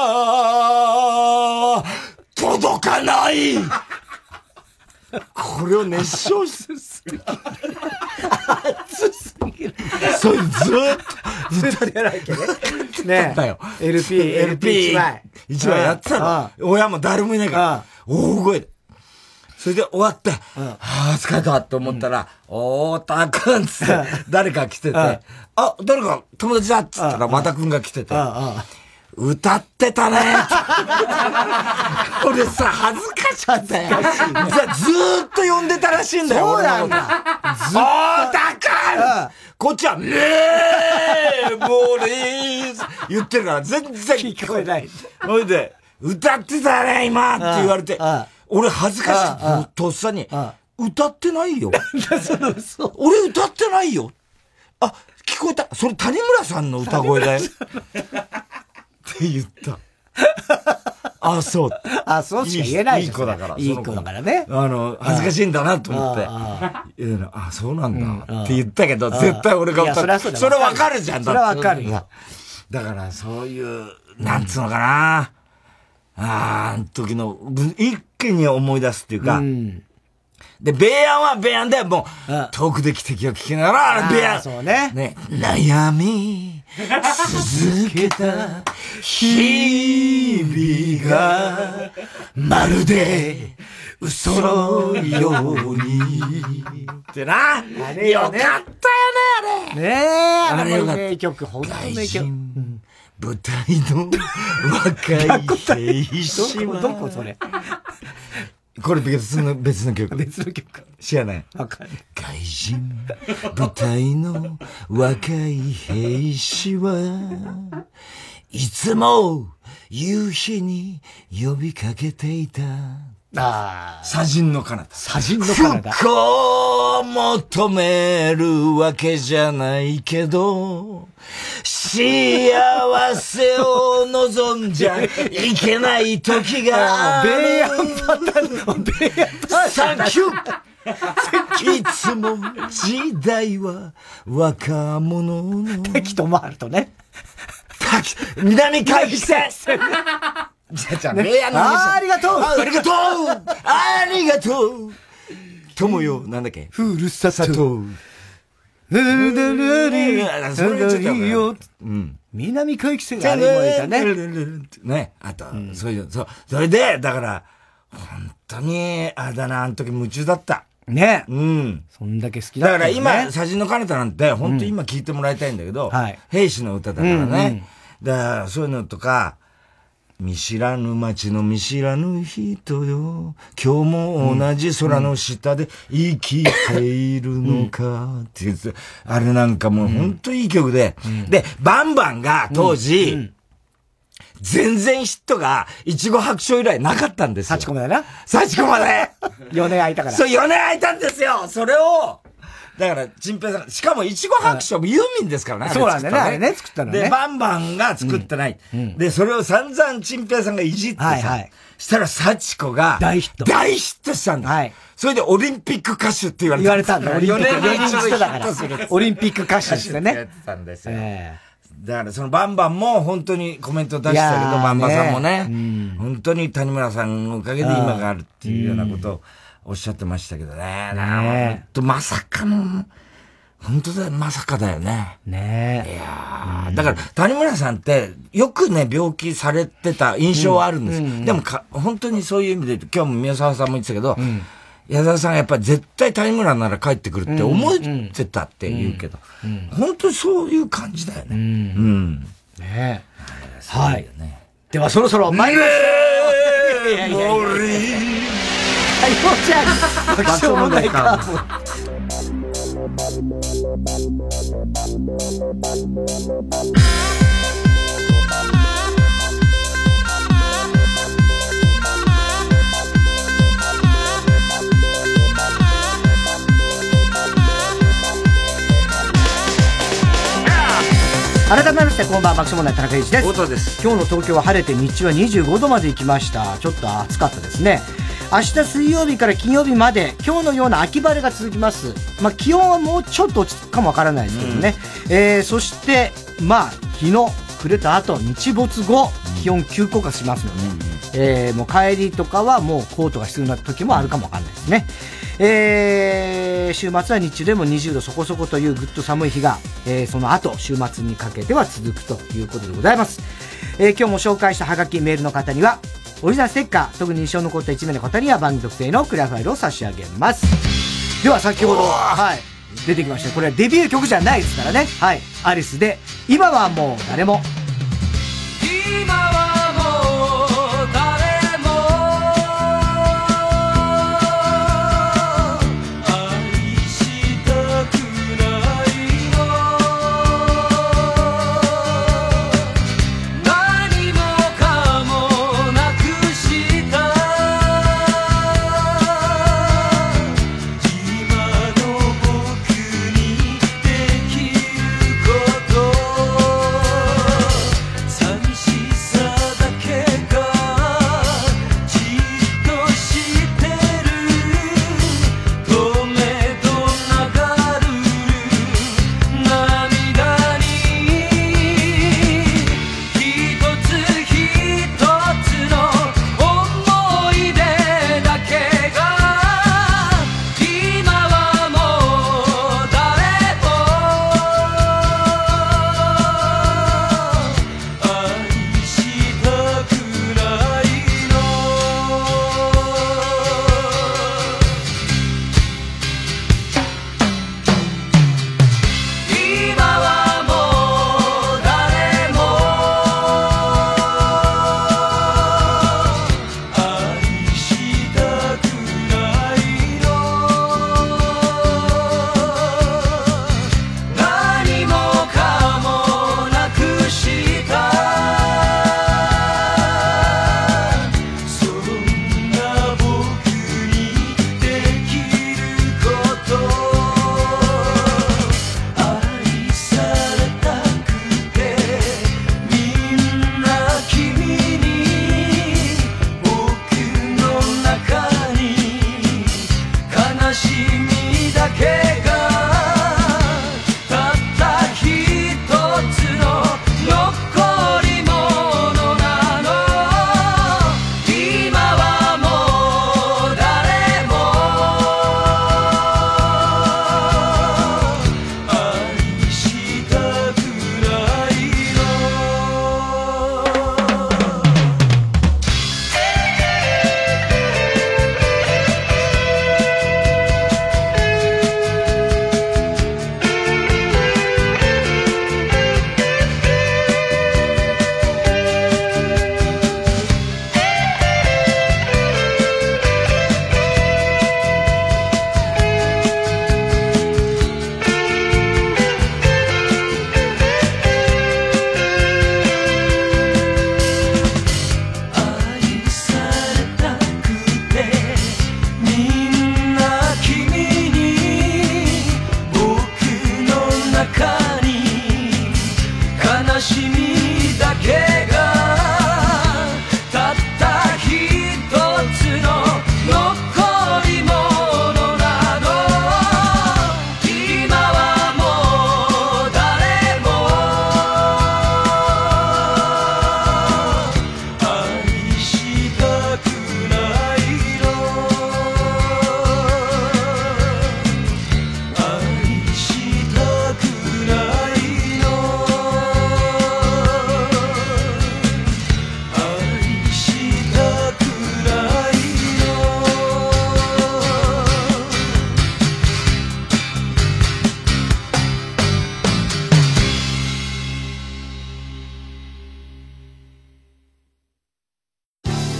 は届かないこれを熱唱するすぎる熱すぎるそれずーっと歌ってやらなきゃねねだよエルピー エルピーいちまいいちまいやってたの親も誰もいないから大声でそれで終わって、うん、はぁ、疲れたと思ったら、うん、おーたくんつって、誰か来てて、うん、あ、誰か友達だっつったら、またくんが来てて、 歌ってたね俺さ、恥ずかしかったよ。ずーっと呼んでたらしいんだよ、 そうなんだ。 ずっと。おー、たかこっちは、ねえもうね言ってるから全然聞こえない。 それで、歌ってたね、今って言われて、俺恥ずかしい。とっさに、歌ってないよ。俺歌ってないよ。あ、聞こえた。それ谷村さんの歌声だよ。って言った。あ、そう。 あ、そうしか言えない。 いい子だから。 いい子だからね。 あの、恥ずかしいんだなと思って。あ、そうなんだ。って言ったけど、絶対俺が歌って。それわかるじゃん。 それはわかるよ。 だから、そういう、なんつうのかな。ああ、あの時の、一気に思い出すっていうか、で、ベアンはベアンで、もう、遠くで汽笛を聞きながら、ベアン。 そうね。 ね、悩み、続けた日々が、まるで、嘘のように。ってな。あれよかったよね、あれ。 ねえ、あれ名曲、本当名曲。 舞台の若い兵士は。 どこそれ。 これ別の、別の曲。 別の曲。 知らない。 わかる。 怪人、舞台の若い兵士は、いつも夕日に呼びかけていた。 ああ。 砂人の彼方。 砂人の彼方。 不幸を求めるわけじゃないけど、幸せを望んじゃいけない時がある。 ベーヤンパターン、ベーヤンパターン。 サンキューいつも時代は若者の。 滝と回るとね。 滝、南海汽船じゃじゃ、ベーヤンの話。 ありがとうありがとうありがとう友よ、なんだっけふるさと。 それちょっといいよ。 うん。南海汽船があれもいたね。 ね。あと、そういう、そう。それで、だから、本当に、あれだな、あの時夢中だった。 ね。 うん。 そんだけ好きだった。 だから今、写真の彼方なんて、本当に今聞いてもらいたいんだけど、兵士の歌だからね。だから、そういうのとか、見知らぬ街の見知らぬ人よ。今日も同じ空の下で生きているのかって言って、あれなんかもう本当いい曲で。で、バンバンが当時、全然ヒットが、いちご白書以来なかったんですよ。 幸子までな。 幸子までよねん空いたから。 そう、よねん空いたんですよ。それを、だから、チンペイさん、しかも、いちご白書もユーミンですからね。 そうなんだよね、あれね、作ったのね。 で、バンバンが作ってない。で、それを散々チンペイさんがいじってさ、したら、幸子が、 大ヒット。 大ヒットしたんだ。はい。それで、オリンピック歌手って言われた。 言われたんだ、オリンピック。よにん一だから。オリンピック歌手ですよね。 やってたんですよ。だから、そのバンバンも本当にコメント出したけど、バンバンさんもね、本当に谷村さんのおかげで今があるっていうようなことをおっしゃってましたけどね。ねえ。まさかの、本当だよ、まさかだよね。 ねえ。 いやー、だから、谷村さんって、よくね、病気されてた印象はあるんです。うんうんうん、でもか、本当にそういう意味で、今日も宮沢さんも言ってたけど、うん、矢沢さんがやっぱり絶対谷村なら帰ってくるって思ってたって言うけど、うんうんうん、本当にそういう感じだよね。うん。うん、 ねえ。はい。では、そろそろ参りましょう。いやいやいや。はい、もうじゃあ、爆笑問題カーボ。改めましてこんばんは、爆笑問題田中裕二です。 太田です。 今日の東京は晴れて日中はにじゅうごどまで行きました。ちょっと暑かったですね。明日水曜日から金曜日まで今日のような秋晴れが続きます。まあ気温はもうちょっと落ち着くかもわからないですけどね、うん、えー、そしてまあ日の暮れた後日没後気温急降下しますので、うん、えー、もう帰りとかはもうコートが必要な時もあるかもわかんないですね。えー、週末は日中でもにじゅうどそこそこというぐっと寒い日が、えー、その後週末にかけては続くということでございます。えー、今日も紹介したハガキメールの方にはオリジナルステッカー、特に印象に残ったいちめいの方には番組特製のクリアファイルを差し上げます。では先ほど、はい、出てきました。これはデビュー曲じゃないですからね。はい、アリスで今はもう誰も。今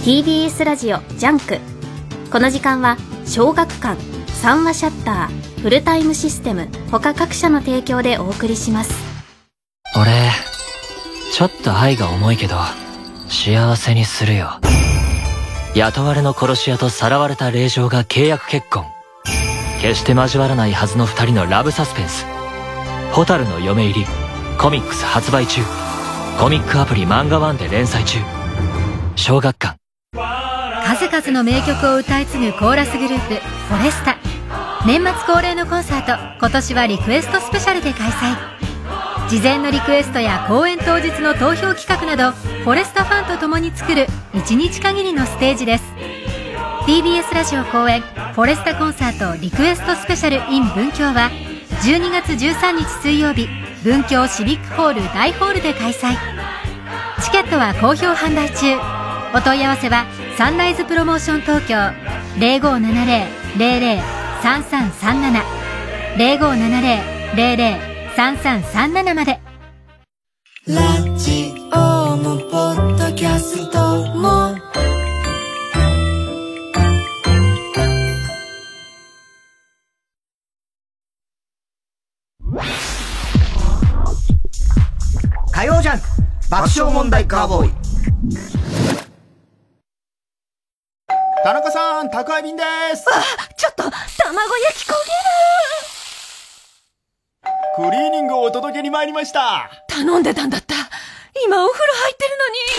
ティービーエス ラジオジャンク。この時間は小学館、三話シャッター、フルタイムシステム他各社の提供でお送りします。 俺ちょっと愛が重いけど幸せにするよ。雇われの殺し屋とさらわれた令嬢が契約結婚。決して交わらないはずの二人のラブサスペンス。ホタルの嫁入りコミックス発売中。コミックアプリ漫画ワンで連載中。小学館。 数々の名曲を歌い継ぐコーラスグループフォレスタ。年末恒例のコンサート、今年はリクエストスペシャルで開催。事前のリクエストや公演当日の投票企画など、フォレスタファンと共に作るいちにち限りのステージです。 ティービーエス ラジオ公演フォレスタコンサートリクエストスペシャル in 文京はじゅうにがつじゅうさんにち水曜日、文京シビックホール大ホールで開催。チケットは好評販売中。お問い合わせはサンライズプロモーション東京 ゼロごーななゼロ ゼロゼロ さんさんさんなな ゼロごーななゼロ ゼロゼロ さんさんさんななまで。 ラジオもポッドキャストも火曜ジャンク爆笑問題カーボーイ。 田中さん、宅配便です。 あ、ちょっと、卵焼き焦げる。クリーニングをお届けに参りました。 頼んでたんだった。今お風呂入ってる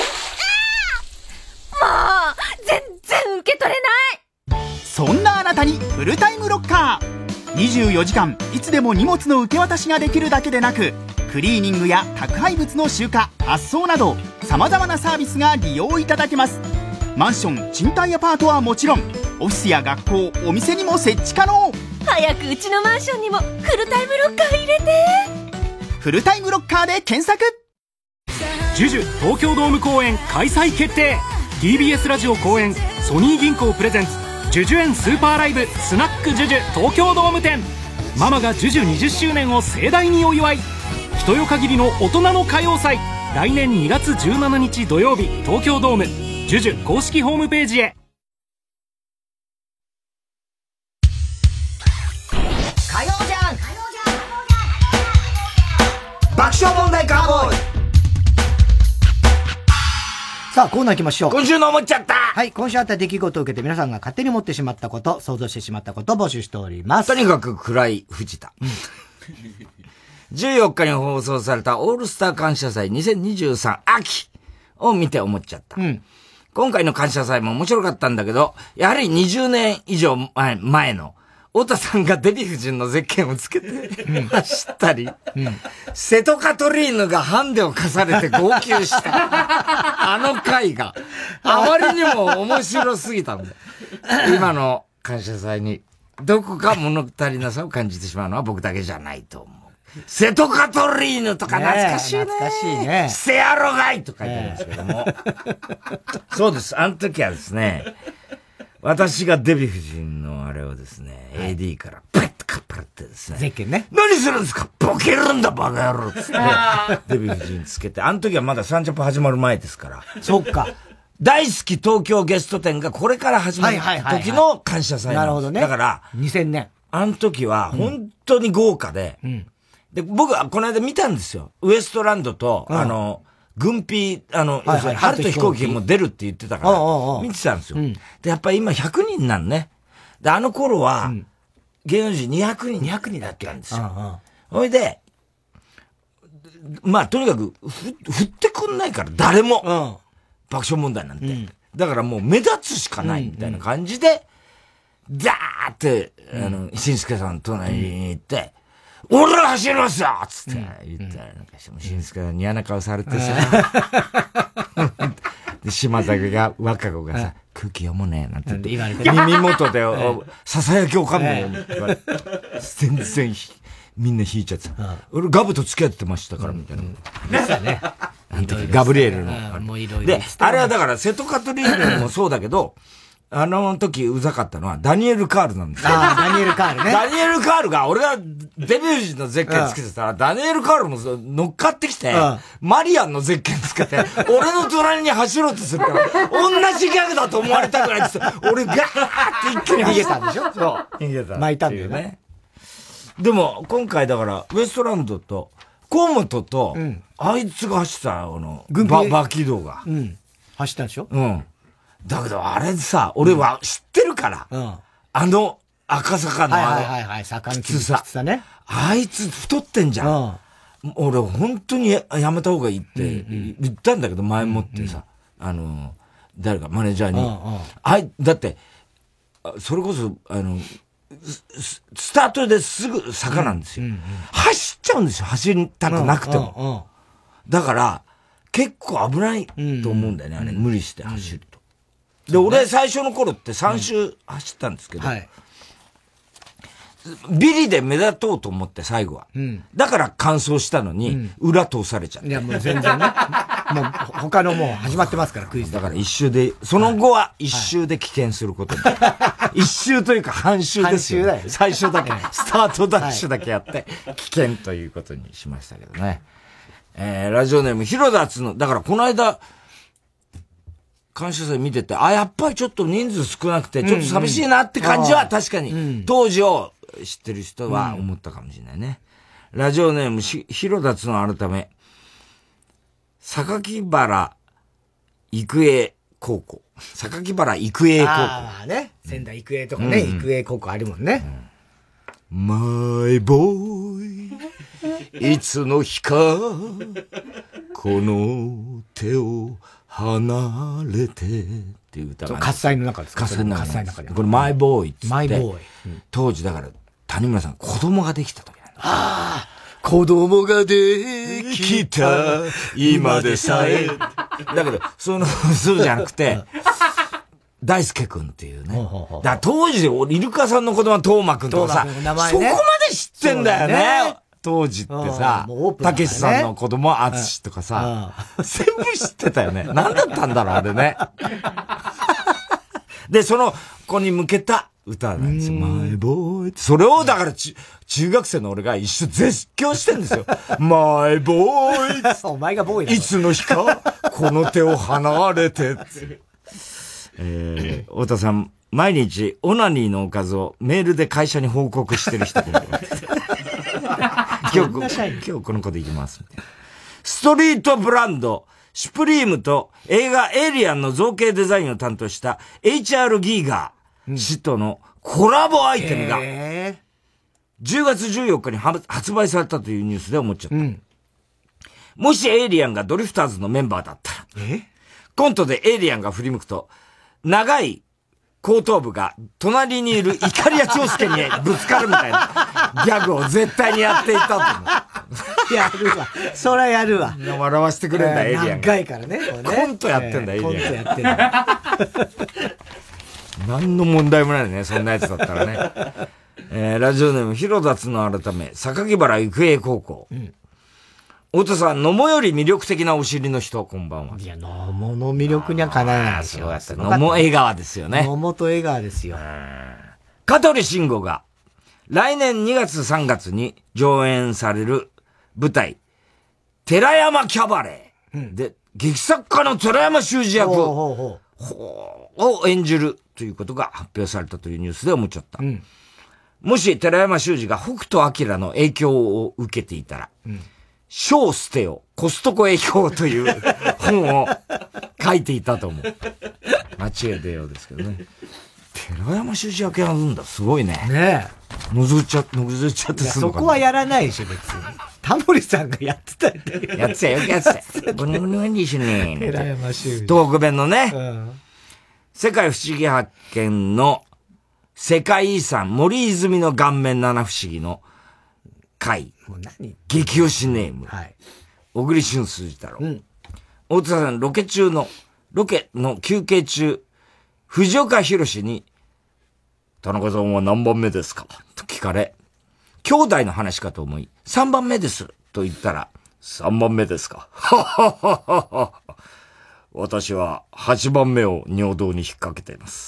のに。もう、全然受け取れない。 そんなあなたにフルタイムロッカー。にじゅうよじかんいつでも荷物の受け渡しができるだけでなく、クリーニングや宅配物の集荷、発送など様々なサービスが利用いただけます。マンション、賃貸アパートはもちろん、オフィスや学校、お店にも設置可能。 早くうちのマンションにもフルタイムロッカー入れて。 フルタイムロッカーで検索。 ジュジュ東京ドーム公演開催決定。 ティービーエス ラジオ公演ソニー銀行プレゼンツジュジュ園スーパーライブスナックジュジュ東京ドーム店。ママがジュジュにじゅっしゅうねんを盛大にお祝い。一夜限りの大人の歌謡祭。来年にがつじゅうしちにち土曜日、東京ドーム。ジュジュ公式ホームページへ。 火曜じゃん爆笑問題カーボーイ。さあ、コーナー行きましょう。 今週の思っちゃった。 はい、今週あった出来事を受けて皆さんが勝手に思ってしまったこと、想像してしまったことを募集しております。 とにかく暗い藤田。うん、じゅうよっかに放送されたオールスター感謝祭にせんにじゅうさん秋を見て思っちゃった。うん、今回の感謝祭も面白かったんだけど、やはりにじゅうねん以上前、前の、太田さんがデヴィ夫人のゼッケンをつけて、うん、走ったり、うん、瀬戸カトリーヌがハンデを課されて号泣した。あの回が、あまりにも面白すぎたんだ。今の感謝祭に、どこか物足りなさを感じてしまうのは僕だけじゃないと思う。瀬戸カトリーヌとか懐かしいね。 懐かしいね。 せやろがいと書いてありますけども。そうです。あの時はですね、私がデヴィ夫人のあれをですね、はい、エーディー からパッとかっぱらってですね。 ゼッケンね。 何するんですかボケるんだバカ野郎つって、デヴィ夫人つけて、あの時はまだサンジャポ始まる前ですから。 そっか。 大好き東京ゲスト展がこれから始まる時の感謝祭なんです。 なるほどね。 だから、 にせんねん。 あの時は本当に豪華で、うん、で、僕はこの間見たんですよ。ウエストランドと、うん、あの、軍費、あの、はいはい、春と飛行機も出るって言ってたから、見てたんですよ。うん、で、やっぱり今ひゃくにんなんね。で、あの頃は、うん、芸能人にひゃくにん、にひゃくにんだったんですよ。ほいで、まあ、とにかく、ふ、振ってくんないから、誰も。うん、爆笑問題なんて、うん。だからもう目立つしかないみたいな感じで、ザーって、うん、あの、しんすけさん隣に行って、うん、俺ら走りますよつって言ったら、なんかしても、しんすけさんに嫌な顔されてさ、で、島崎が、若子がさ、空気読もねえなんて言って、言われて耳元で、ささやきおかんのように言われて、全然みんな引いちゃってた。俺ガブと付き合ってましたから、みたいな。 ですね。 あの時、ガブリエルの。で、あれはだから、瀬戸カトリーヌもそうだけど、 あの時うざかったのは、ダニエル・カールなんですよ。 ああ、ダニエル・カールね。 ダニエル・カールが、俺がデビュー時のゼッケンつけてたら、ダニエル・カールも乗っかってきて、マリアンのゼッケンつけて、俺の隣に走ろうとするから、同じギャグだと思われたくないって言って、俺ガーって一気に逃げたんでしょそう。逃げた。 巻いたんだよね。 でも、今回だから、ウエストランドと、河本と、うん、あいつが走った、あの、バ、バキドが。 うん。走ったんでしょうん。だけど、あれさ、俺は知ってるから。うん。あの、赤坂のあの、 はいはいはい、坂のきつさね。 あいつ太ってんじゃん。うん。俺、本当にやめた方がいいって言ったんだけど、前もってさ、あの、誰か、マネージャーに。あい、だって、それこそ、あの、スタートですぐ坂なんですよ。走っちゃうんですよ、走りたくなくても。だから、結構危ないと思うんだよね、あれ、無理して走ると。で、俺最初の頃ってさん周走ったんですけど、ビリで目立とうと思って最後は。だから完走したのに、裏通されちゃった。 いや、もう全然ね。もう他のもう始まってますから、クイズ。 だから一周で、その後は一周で棄権することに。一周というか半周ですよ。半周だよ。最初だけ、スタートダッシュだけやって、棄権ということにしましたけどね。えー、ラジオネーム、広田つの、だからこの間、感謝祭見てて、あ、やっぱりちょっと人数少なくて、ちょっと寂しいなって感じは確かに、当時を知ってる人は思ったかもしれないね。うん、ラジオネーム、広田つの改め、榊原育英高校。榊原育英高校。 ああね。仙台育英とかね、うん、育英高校あるもんね。 うん、マイボーイ、いつの日か、この手を離れてっていう歌が、 ね。喝采の中ですか？ 喝采の中で。これマイボーイっつって。 マイボーイ。 うん、当時だから、谷村さん子供ができた時なんだ。 ああ。子供ができた今でさえ。 だけど、その、そうじゃなくて、大輔くんっていうね。だから当時で、イルカさんの子供はトーマくんとかさ、そこまで知ってんだよね。当時ってさ、たけしさんの子供はあつしとかさ、全部知ってたよね。何だったんだろう、あれね。で、その子に向けた歌なんですよ。マイボーイって。それをだからち、中学生の俺が一緒絶叫してんですよ。マイボーイお前がボーイだ。 いつの日か、この手を離れて。えー、太田さん、毎日オナニーのおかずをメールで会社に報告してる人今日、今日この子でいきます。ストリートブランド、シュプリームと映画エイリアンの造形デザインを担当した エイチアール ギーガー氏とのコラボアイテムがじゅうがつじゅうよっかに発売されたというニュースで思っちゃった。うん、もしエイリアンがドリフターズのメンバーだったら、コントでエイリアンが振り向くと、長い後頭部が隣にいるイカリア長介にぶつかるみたいなギャグを絶対にやっていたと思う。 やるわ。そらやるわ。 笑わせてくれんだ、エイリアンが。 長いからね。 コントやってんだ、エイリアン。 コントやってんだ。 何の問題もないね、そんなやつだったらね。えー、ラジオネーム、広田つの改め、榊原育英高校。うん、太田さん、野茂より魅力的なお尻の人、こんばんは。 いや、野茂の魅力にはかなわないですよ。 そうやった。野茂江川ですよね。 野茂と江川ですよ。 香取慎吾が、来年にがつさんがつに上演される舞台、寺山キャバレーで、うん、劇作家の寺山修司役を演じるということが発表されたというニュースで思っちゃった。うん、もし寺山修司が北斗晶の影響を受けていたら、うん、小捨てよ、コストコ影響という本を書いていたと思う。間違い出ようですけどね。寺山修司役やるんだ、すごいね。 ねえ。のぞいちゃ、のぞいちゃってするのかな。そこはやらないでしょ、別に。タモリさんがやってたんだよ。やってたよ、やってたよ。こんなものはいいしね。 寺山修司。 東北弁のね、うん、世界不思議発見の世界遺産、森泉の顔面七不思議の回。もう何激推しネーム。はい。小栗旬筋太郎。うん。大津さん、ロケ中の、ロケの休憩中、藤岡弘に、田中さんは何番目ですかと聞かれ、兄弟の話かと思い、さんばんめです。と言ったら、さんばんめですか。ははははは。私ははちばんめを尿道に引っ掛けています。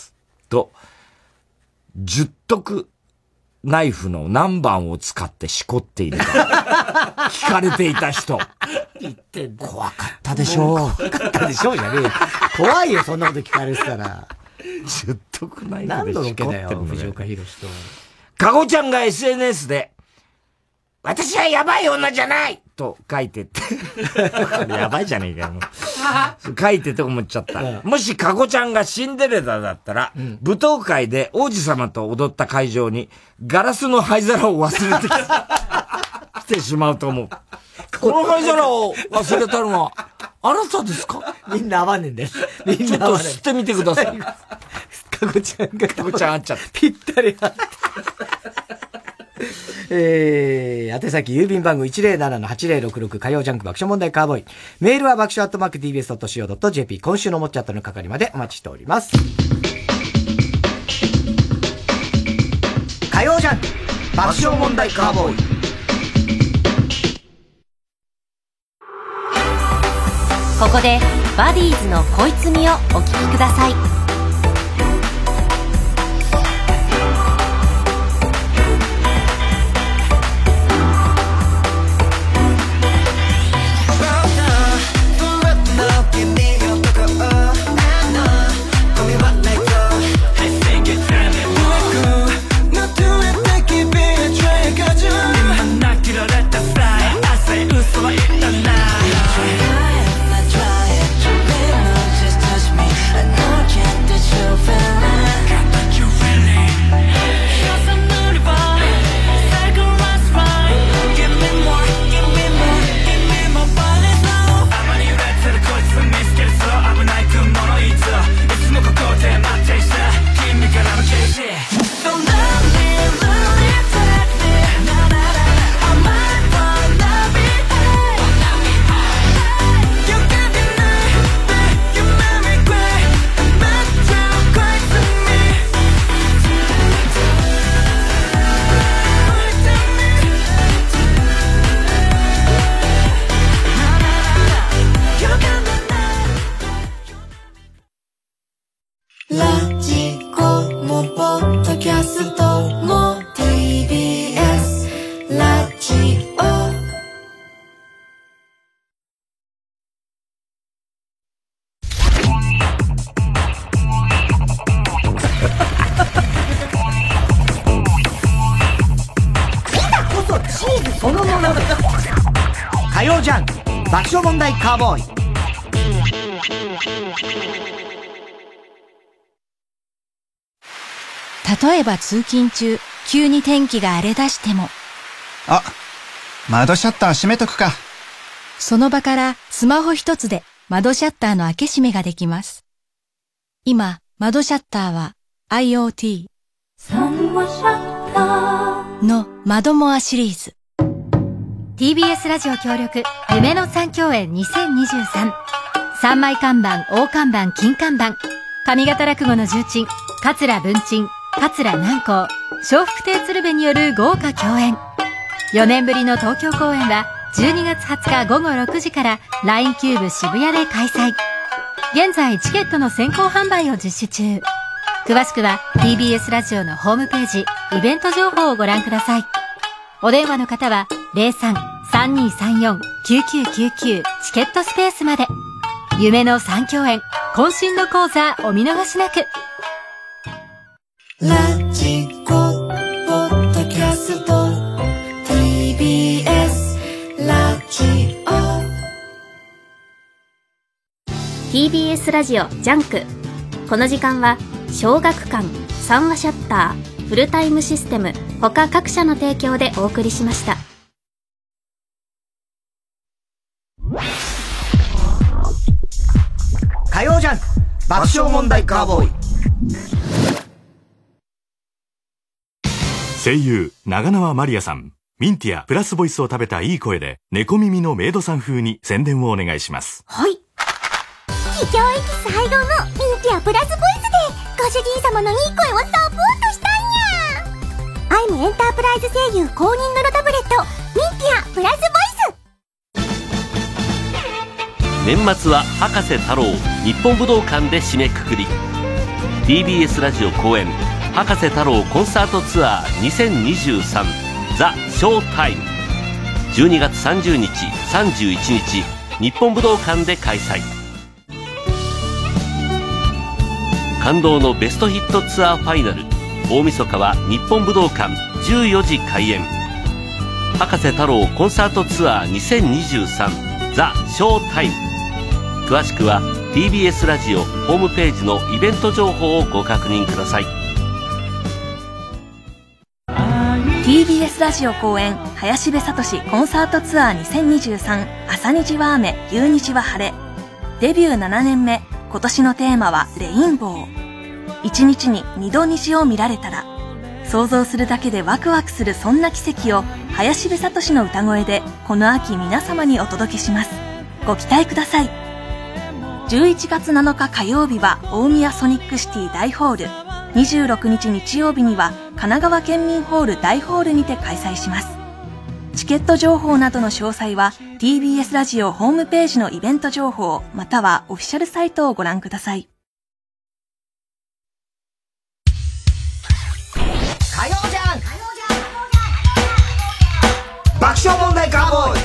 と、十徳ナイフの何番を使ってしこっているか聞かれていた人。 言ってんだ。 怖かったでしょう。 怖かったでしょうじゃねえよ。怖いよ、そんなこと聞かれてたら。 十徳ナイフ何でしこって度ロケだよ、 るの藤岡弘と。 かごちゃんが エスエヌエス で、私はやばい女じゃないと書いてって。やばいじゃねえかよ。書いてて思っちゃった。うん、もしかごちゃんがシンデレラだったら、うん、舞踏会で王子様と踊った会場にガラスの灰皿を忘れてきてしまうと思う。この灰皿を忘れたのは、あなたですか？ みんな合わねえんです。みんな合わねえ。ちょっと吸ってみてください。 かごちゃんが、 かごちゃんあっちゃった。 ぴったり合って。えー、宛先郵便番号 いちぜろななのはちぜろろくろく 火曜ジャンク爆笑問題カーボーイ。メールは爆笑アットマーク ディービーエスドットシーオードットジェーピー。今週のもっちゃったの係までお待ちしております。火曜ジャンク爆笑問題カーボーイ。 ここでバディーズのこいつみをお聞きください。 問題カーボーイ。 例えば通勤中、急に天気が荒れ出しても、 あ、窓シャッター閉めとくか。 その場からスマホ一つで窓シャッターの開け閉めができます。今、窓シャッターは IoT の窓モアシリーズ。 ティービーエス ラジオ協力夢の三共演にせんにじゅうさん。三枚看板、大看板、金看板。上方落語の重鎮、桂文鎮、桂南光、笑福亭鶴瓶による豪華共演。よねんぶりの東京公演はじゅうにがつはつかごごろくじから ライン キューブ渋谷で開催。現在チケットの先行販売を実施中。詳しくは ティービーエス ラジオのホームページ、イベント情報をご覧ください。お電話の方は ゼロさん さんにさんよん きゅうきゅうきゅうきゅう チケットスペースまで。夢の三共演、渾身の講座お見逃しなく。 ラジコポッドキャスト ティービーエス ラジオティービーエス ラジオジャンク。この時間は小学館、三話シャッター、フルタイムシステム他各社の提供でお送りしました。 火曜ジャンク爆笑問題カーボーイ。 声優長縄まりやさん、ミンティアプラスボイスを食べたいい声で猫耳のメイドさん風に宣伝をお願いします。 はい。企業エキス配合のミンティアプラスボイスでご主人様のいい声をサポートしたんや。アイムエンタープライズ声優公認のロタブレットミンティアプラスボイス。 年末は博士太郎日本武道館で締めくくり。 ティービーエス ラジオ公演博士太郎コンサートツアーにせんにじゅうさんザ・ショータイム、じゅうにがつさんじゅうにちさんじゅういちにち日本武道館で開催。感動のベストヒットツアーファイナル、大晦日は日本武道館じゅうよじ開演。博士太郎コンサートツアーにせんにじゅうさんザ・ショータイム、詳しくは ティービーエス ラジオホームページのイベント情報をご確認ください。 ティービーエス ラジオ公演林部聡コンサートツアーにせんにじゅうさん、朝虹は雨夕虹は晴れ。デビューななねんめ、今年のテーマはレインボー。一日に二度虹を見られたら、想像するだけでワクワクするそんな奇跡を林部聡の歌声でこの秋皆様にお届けします。ご期待ください。じゅういちがつなのか火曜日は大宮ソニックシティ大ホール、にじゅうろくにち日曜日には神奈川県民ホール大ホールにて開催します。チケット情報などの詳細は ティービーエス ラジオホームページのイベント情報またはオフィシャルサイトをご覧ください。 火曜じゃん爆笑問題カーボーイ。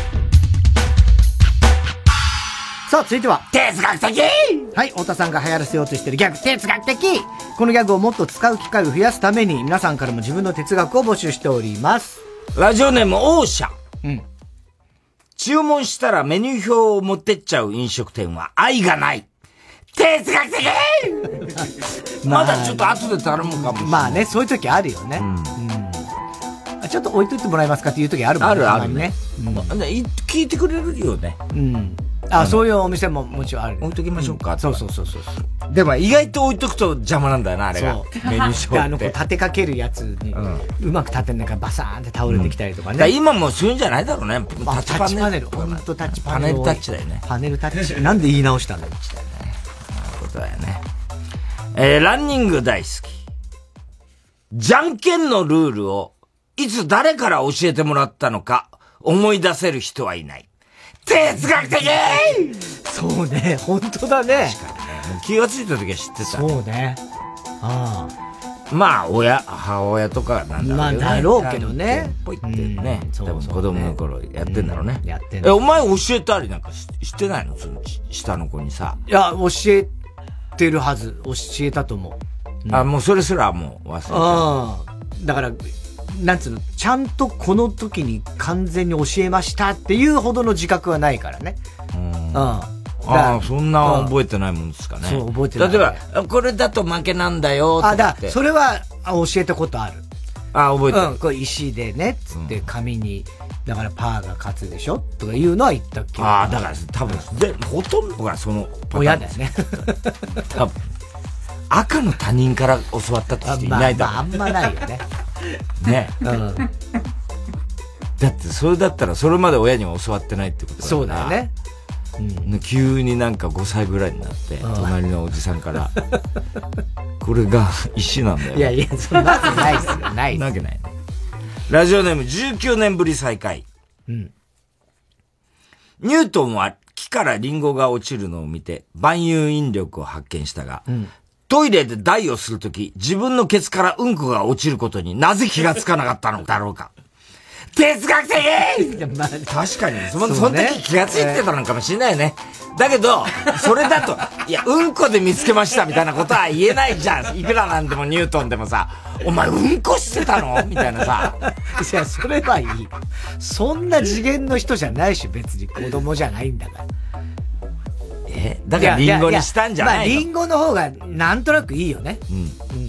さあ続いては哲学的。はい、太田さんが流行らせようとしているギャグ、哲学的。このギャグをもっと使う機会を増やすために皆さんからも自分の哲学を募集しております。 ラジオネームオーシャン。うん。注文したらメニュー表を持ってっちゃう飲食店は愛がない。哲学的まだちょっと後で頼むかもしれない。 まあね、そういう時あるよね。うん。うん、ちょっと置いといてもらえますかっていう時あるもんね。 あるあるね。うん、聞いてくれるよね。 うん。あ、そういうお店ももちろんある。 置いときましょうか。 そうそうそうそう。 でも意外と置いとくと邪魔なんだよな、あれが。メニュー表って。 あの、こう立てかけるやつに、うまく立てんないからバサーンって倒れてきたりとかね。 今もそういうんじゃないだろうね。タッチパネル。ほんとタッチパネル。 パネルタッチだよね。 パネルタッチ。なんで言い直したの？ そういうことだよね。えー、ランニング大好き。じゃんけんのルールを、いつ誰から教えてもらったのか、思い出せる人はいない。哲学的そうね、本当だね。 確かにね。もう気がついた時は知ってた。 そうね。ああ。まあ、親、母親とかなんだろうけどね。 まあ、だろうけどね。 ぽいってね。 そうそう、 子供の頃やってんだろうね。 やってんだ。 え、お前教えたりなんかししてないの？その下の子にさ。 いや、教えてるはず。教えたと思う。あ、もうそれすらもう忘れた。 ああ。だから、なんつうの、ちゃんとこの時に完全に教えましたっていうほどの自覚はないからね。 うん。ああ、そんな覚えてないもんですかね。 そう、覚えてない。 例えば、これだと負けなんだよって。 あ、だ、それは教えたことある。 あ、覚えてる。 うん、これ石でね、つって紙に、だからパーが勝つでしょとかいうのは言ったっけ。 ああ、だから多分、で、ほとんどがそのパターン。親だよね。 多分。赤の他人から教わったって人いないだろう。 まあ、あんまないよね。 ね。うん。だって、それだったら、それまで親には教わってないってことだそうだよね。 うん、急になんかごさいぐらいになって、隣のおじさんから、これが石なんだよ。 いやいや、そんなわけないっすよ。ないっす。 なわけない。ラジオネームじゅうきゅうねんぶり再会。うん。ニュートンは木からリンゴが落ちるのを見て、万有引力を発見したが、うん、トイレで大をするとき、自分のケツからうんこが落ちることになぜ気がつかなかったのだろうか。哲学的まあ、確かに、その、その時気がついてたのかもしれないよね。だけど、それだと、いや、うんこで見つけましたみたいなことは言えないじゃん。いくらなんでもニュートンでもさ、お前うんこしてたのみたいなさ。 いや、それはいい。そんな次元の人じゃないし、別に子供じゃないんだから。 えだからリンゴにしたんじゃないの？ まあ、リンゴの方がなんとなくいいよね。うん。うん。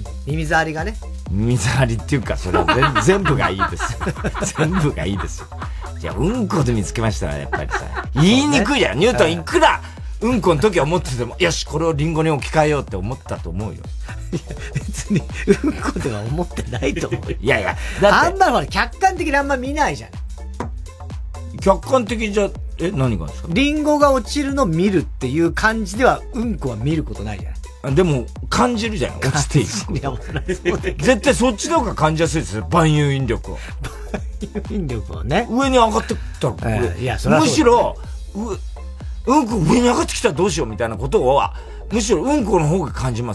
耳障りがね。 耳障りっていうか、それは全部がいいですよ。全部がいいですよ。じゃあ、うんこで見つけましたら、やっぱりさ、言いにくいじゃん。ニュートンいくら、うんこの時は思ってても、よし、これをリンゴに置き換えようって思ったと思うよ。 いや、別に、うんこでは思ってないと思うよ。 いやいや、 だって。あんまりほら、客観的にあんま見ないじゃん。 客観的じゃ、え、何がですか？ リンゴが落ちるの見るっていう感じでは、うんこは見ることないじゃない。 でも、感じるじゃん。落ちていく。いや、絶対そっちの方が感じやすいですよ。万有引力は。 万有引力はね。 上に上がってきたら、これ、えー、いや、それはむしろ、う、うんこ上に上がってきたらどうしようみたいなことは、むしろうんこの方が感じますよ。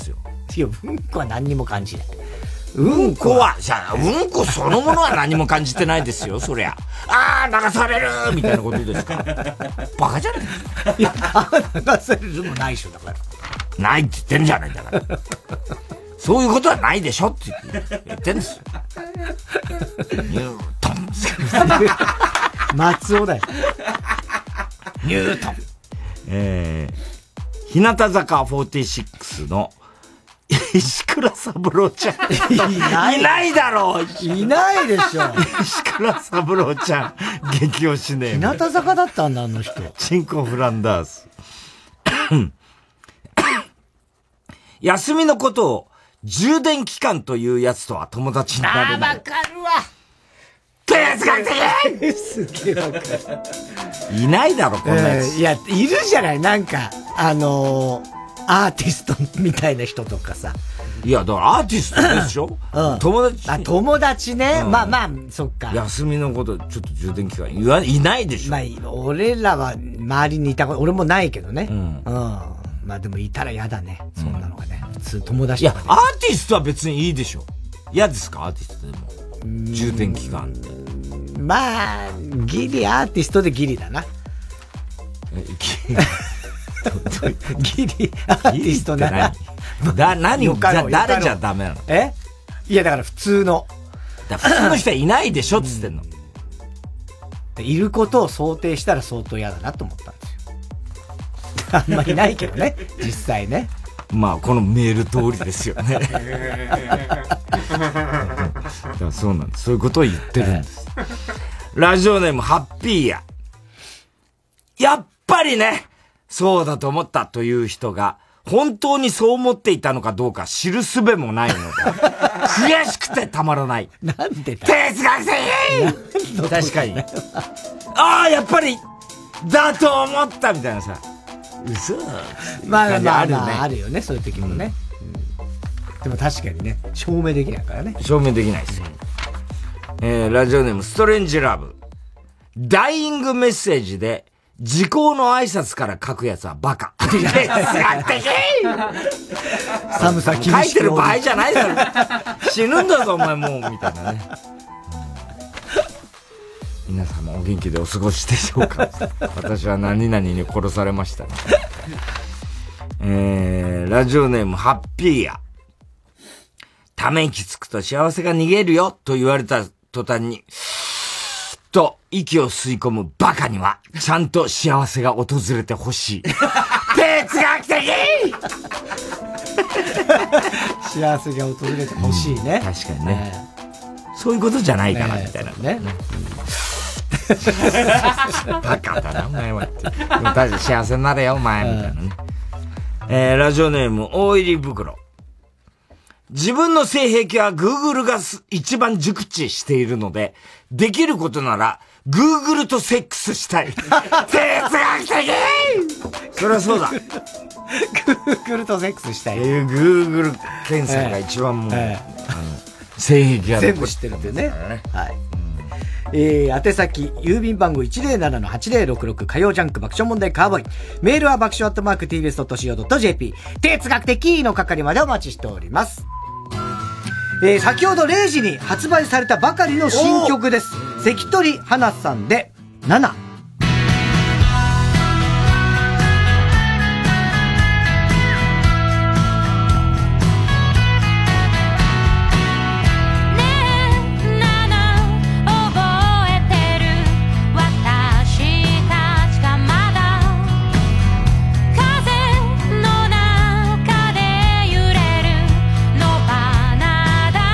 いや、うんこは何にも感じない。 うんこは、じゃあ、うんこそのものは何も感じてないですよ、そりゃ。あー、流されるみたいなことですか。バカじゃないですか。 いや、あー、流されるもないでしょ、だから。 ないって言ってんじゃないんだから。そういうことはないでしょって言ってんですよ。ニュートン。 松尾だよ。 ニュートン。えー、日向坂フォーティシックスの石倉三郎ちゃん。いない。いないだろう。 いないでしょ。 石倉三郎ちゃん。激推しね。 日向坂だったんだ、あの人。 チンコフランダース。休みのことを充電期間というやつとは友達になれない。 あー、わかるわ。 哲学的すげえわかる。 いないだろ、こんなやつ。 えー、いや、いるじゃない、なんか、あのー、アーティストみたいな人とかさ。 いや、だからアーティストでしょ、うん、友達。 あ、友達ね。うん、まあまあ、そっか。 休みのこと、ちょっと充電期間、いわ、いないでしょ。 まあ、俺らは周りにいたこと、俺もないけどね。うん。うん。まあでもいたら嫌だね。そんなのがね。普通友達とか、ね。いや、アーティストは別にいいでしょ。嫌ですかアーティストでも。充電期間って。 まあ、ギリアーティストでギリだな。ギリアーティストなら。 だ、何を、誰じゃダメなの？ え？いやだから普通の。 だ普通の人はいないでしょっつってんの。 うん、いることを想定したら相当嫌だなと思ったんですよ。あんまりないけどね、実際ね。 まあ、このメール通りですよね。そうなんです。そういうことを言ってるんです。ラジオネーム、ハッピーや。やっぱりね、そうだと思ったという人が、本当にそう思っていたのかどうか知る術もないので、悔しくてたまらない。 なんでだ哲学的確かに。ああ、やっぱり、だと思ったみたいなさ。嘘まあまあ、あるね。あるよね、そういう時もね。うん、でも確かにね、証明できないからね。 証明できないですよ。うん、えー、ラジオネーム、ストレンジラブ。ダイイングメッセージで、時効の挨拶から書くやつはバカ。哲学的寒さ厳しく書いてる場合じゃないだろ。死ぬんだぞ、お前もう、みたいなね。皆様お元気でお過ごしでしょうか。私は何々に殺されましたね。えー、ラジオネームハッピーや。ため息つくと幸せが逃げるよと言われた途端に、と息を吸い込むバカには、ちゃんと幸せが訪れてほしい。哲学的幸せが訪れてほしいね。 うん、確かにね、えー。そういうことじゃないから、みたいな。ね。バカだな、お前はって。でも確かに幸せになれよ、お前、みたいなね。えー、ラジオネーム、大入り袋。自分の性癖は Google が一番熟知しているので、できることなら、Google とセックスしたい。哲学的そりゃそうだ。 Google とセックスしたい。 えー、Google 検索が一番もう、えー、あの性癖が全部知ってるんでね。はい。えー、宛先、郵便番号 いちゼロななのはちゼロろくろく 火曜ジャンク爆笑問題カーボーイ。メールは爆笑アットマーク ティービーエスドットシーオードットジェーピー。哲学的の係までお待ちしております。えー、先ほどれいじに発売されたばかりの新曲です。関取花さんで、なな。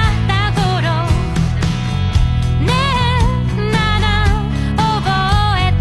覚え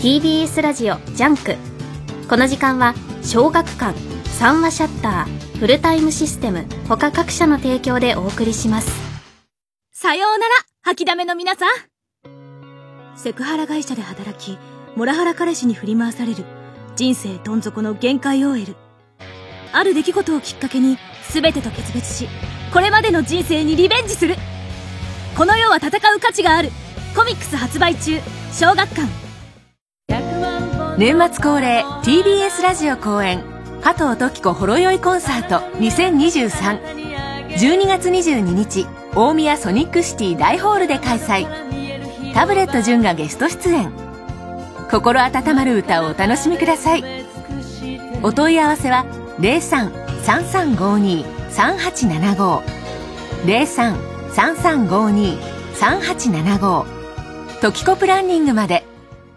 ティービーエス ラジオジャンク。この時間は小学館、三話シャッター、フルタイムシステム他各社の提供でお送りします。 さようなら吐きだめの皆さん。セクハラ会社で働きモラハラ彼氏に振り回される人生どん底の限界 オーエル。 ある出来事をきっかけに全てと決別し、これまでの人生にリベンジする。この世は戦う価値がある。コミックス発売中。小学館。 年末恒例 ティービーエス ラジオ公演加藤登紀子ほろ酔いコンサートにせんにじゅうさん。じゅうにがつにじゅうににち大宮ソニックシティ大ホールで開催。タブレット純がゲスト出演。心温まる歌をお楽しみください。お問い合わせは ゼロさん さんさんごに さんはちななご ゼロさん さんさんごに さんはちななご トキコプランニングまで。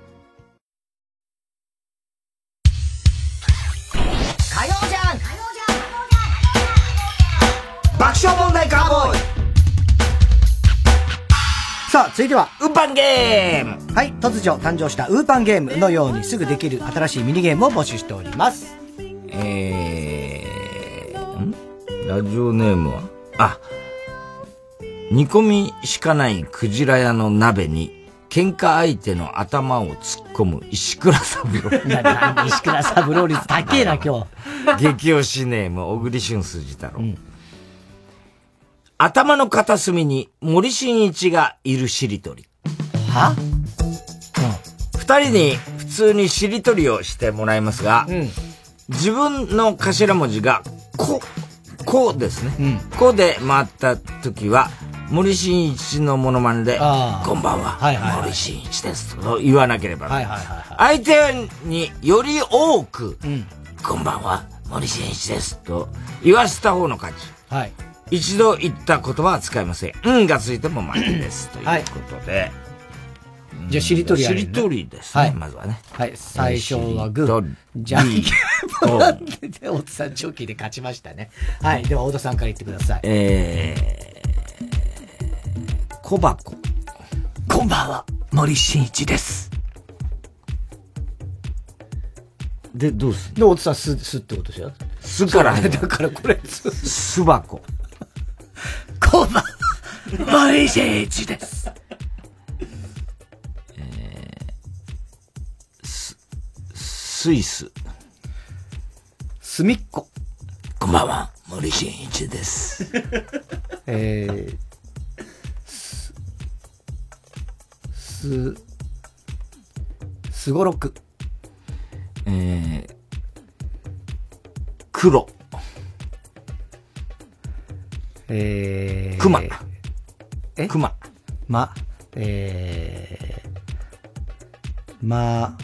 火曜じゃん爆笑問題カーボーイ。さあ、続いては、ウーパンゲーム。はい、突如誕生したウーパンゲームのようにすぐできる新しいミニゲームを募集しております。 えー、んラジオネームはあ、煮込みしかないクジラ屋の鍋に、喧嘩相手の頭を突っ込む石倉三郎。 なな石倉三郎率高えな、今日。激推しネーム、小栗旬筋太郎。うん、頭の片隅に森進一がいるしりとり。 は？ うん。二人に普通にしりとりをしてもらいますが、うん、自分の頭文字が、こ、こうですね。うん、こうで回った時は、森進一のモノマネで、こんばんは、はいはいはい、森進一です。と言わなければ、はいはいはいはい。相手により多く、うん、こんばんは、森進一です。と言わせた方の勝ち。はい。一度言った言葉は使いません。うんがついても負けです。ということで。はい、 じゃあ、しりとりやる、ね。 しりとりですね、はい、まずはね。 はい。最初はグー。じゃんけんぽん。大田さん、チョキで勝ちましたね。はい。では、大田さんから言ってください。 えー、小箱。 こんばんは、森進一です。 で、どうするで、大田さん、す、すってことですよ。 すから、 ね。だからこれ、 す。す箱。 こんばんは、森進一です。 スイス。 すみっこ。 こんばんは、森進一です。 えー、す、す、すごろく。 えー、黒。 えー、 熊。 え熊。 ま、えー、ま、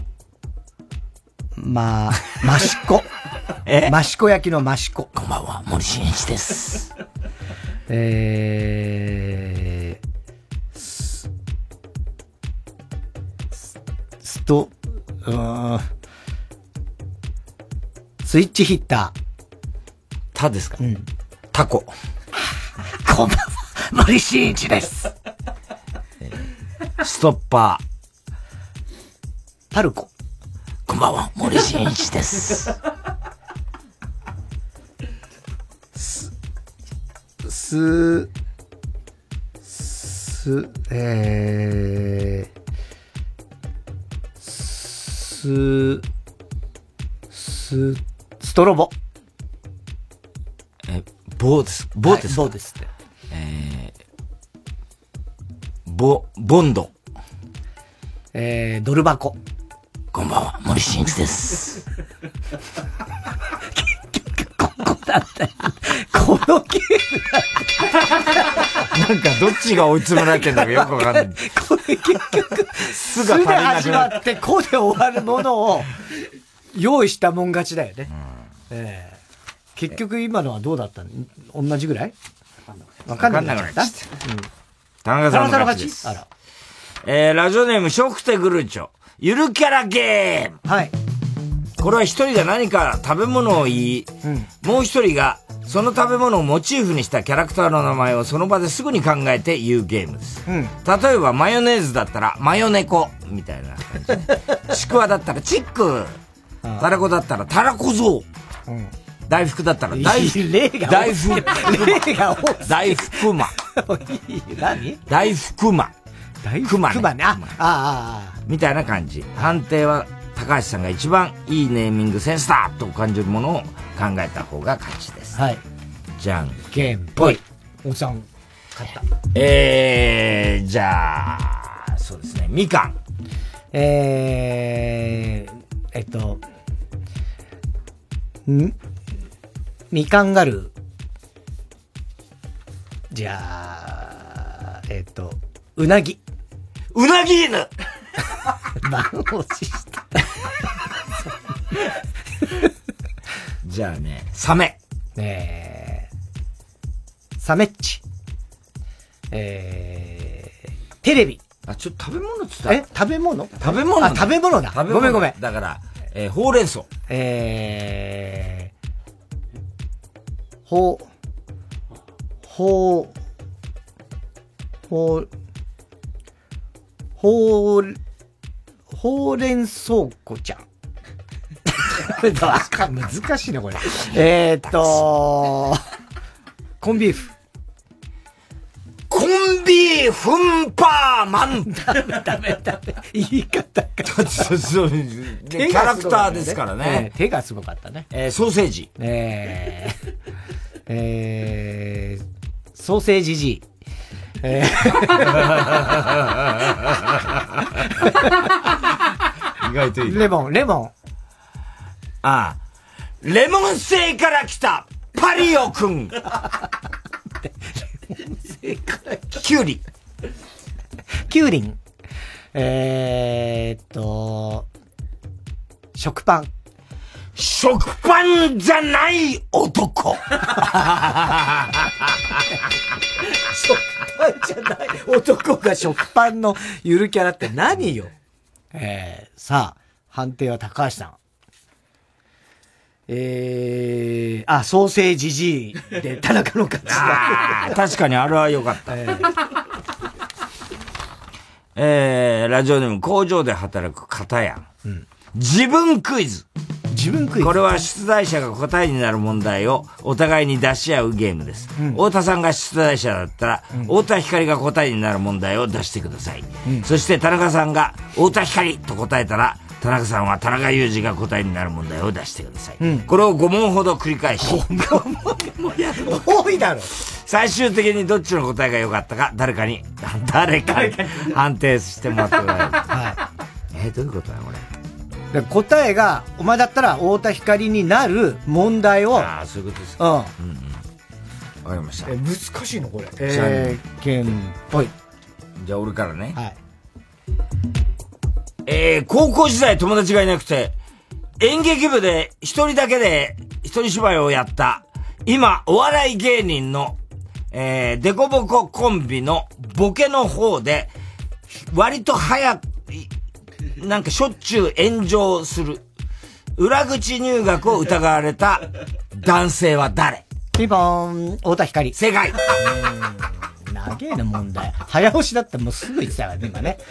ま、マシコ。 えマシコ焼きのマシコ。 こんばんは、森進一です。 えー、す、すと、うーん、スイッチヒッター。 タですか？ うん。 タコ。 こんばんは、森進一です。 えー、ストッパー。 パルコ。 こんばんは、森進一です。 す、す、す、えー、す、す、ストロボ。 え、棒です。棒ですか？ はい、棒ですって。 えー、ボ、ボンド。 えー、ドル箱。 こんばんは、森進一です。 結局、ここだったよ。このゲームなんか、どっちが追い詰められてんだかよくわかんない。 これ結局、すが足りなくなる。すで始まって、こで終わるものを、用意したもん勝ちだよね。うん、えー、結局、今のはどうだったの？同じぐらい？わかんなくなっちゃった。 田中さんの勝ちです。 あら。 えー、ラジオネーム、ショクテグルチョ。ゆるキャラゲーム。 はい。 これは一人が何か食べ物を言い、うん、もう一人がその食べ物をモチーフにしたキャラクターの名前をその場ですぐに考えて言うゲームです。うん、例えばマヨネーズだったらマヨネコみたいな感じ。ちくわだったらチック。たらこだったらたらこぞう。うん、大福だったら大福。大福。 例が多い。 大福魔。 何大福魔。 大福魔ね。あ、ああ、 みたいな感じ。判定は高橋さんが一番いいネーミングセンスだと感じるものを考えた方が勝ちです。 はい。 じゃんけんぽい。おさん、勝った。 えー、じゃあ、そうですね、みかん。 えー、えっと、んみかんガルー。じゃあ、えっと、うなぎ。 うなぎ犬満押しした。 じゃあね、サメ。 えー、サメッチ。えー、テレビ。 あ、ちょっと食べ物っつった。 え食べ物食べ物あ、食べ物だ。ごめんごめん。 だから、えー、ほうれん草。 えー、ほう、ほう、ほう、ほう、ほうれん草子ちゃん。難しいね、これ。えーっと、コンビーフ。 コンビーフンパーマンダメダメダメ。言い方が。 そうそう。キャラクターですからね。 手がすごかったね。 えー、ソーセージ。 えー、えー、ソーセージジー。えー、 意外といい。 レモン、レモン。 ああ。レモン星から来たパリオくん。キュウリ。 キュウリン。えーっと、食パン。 食パンじゃない男。 食パンじゃない男が食パンのゆるキャラって何よ。えー、さあ、判定は高橋さん。えー、あ、ソーセージ G で田中の勝ちだ。 あ確かにあれは良かった。えー、えー、ラジオネーム工場で働く片や、うん、自分クイズ。 自分クイズ。 これは出題者が答えになる問題をお互いに出し合うゲームです。うん、太田さんが出題者だったら、うん、太田光が答えになる問題を出してください。うん、そして田中さんが太田光と答えたら、田中さんは田中裕二が答えになる問題を出してください。うん、これをご問ほど繰り返し。ご問もやる。 多いだろ。 最終的にどっちの答えが良かったか、誰かに、誰かに判定してもらってください。はい。えー、どういうことだよ、これ。 答えが、お前だったら太田光になる問題を。 ああ、そういうことですか。うん。うんうん。わかりました。 え、難しいのこれ。えー、けんぽい。 じゃあ俺からね。 はい。 えー、高校時代友達がいなくて、演劇部で一人だけで一人芝居をやった、今、お笑い芸人の、えー、デコボココンビのボケの方で、割と早く、なんかしょっちゅう炎上する、裏口入学を疑われた男性は誰？ ピンポーン、太田光。 正解。 長えな問題。早押しだったらもうすぐ言ってたからね、今ね。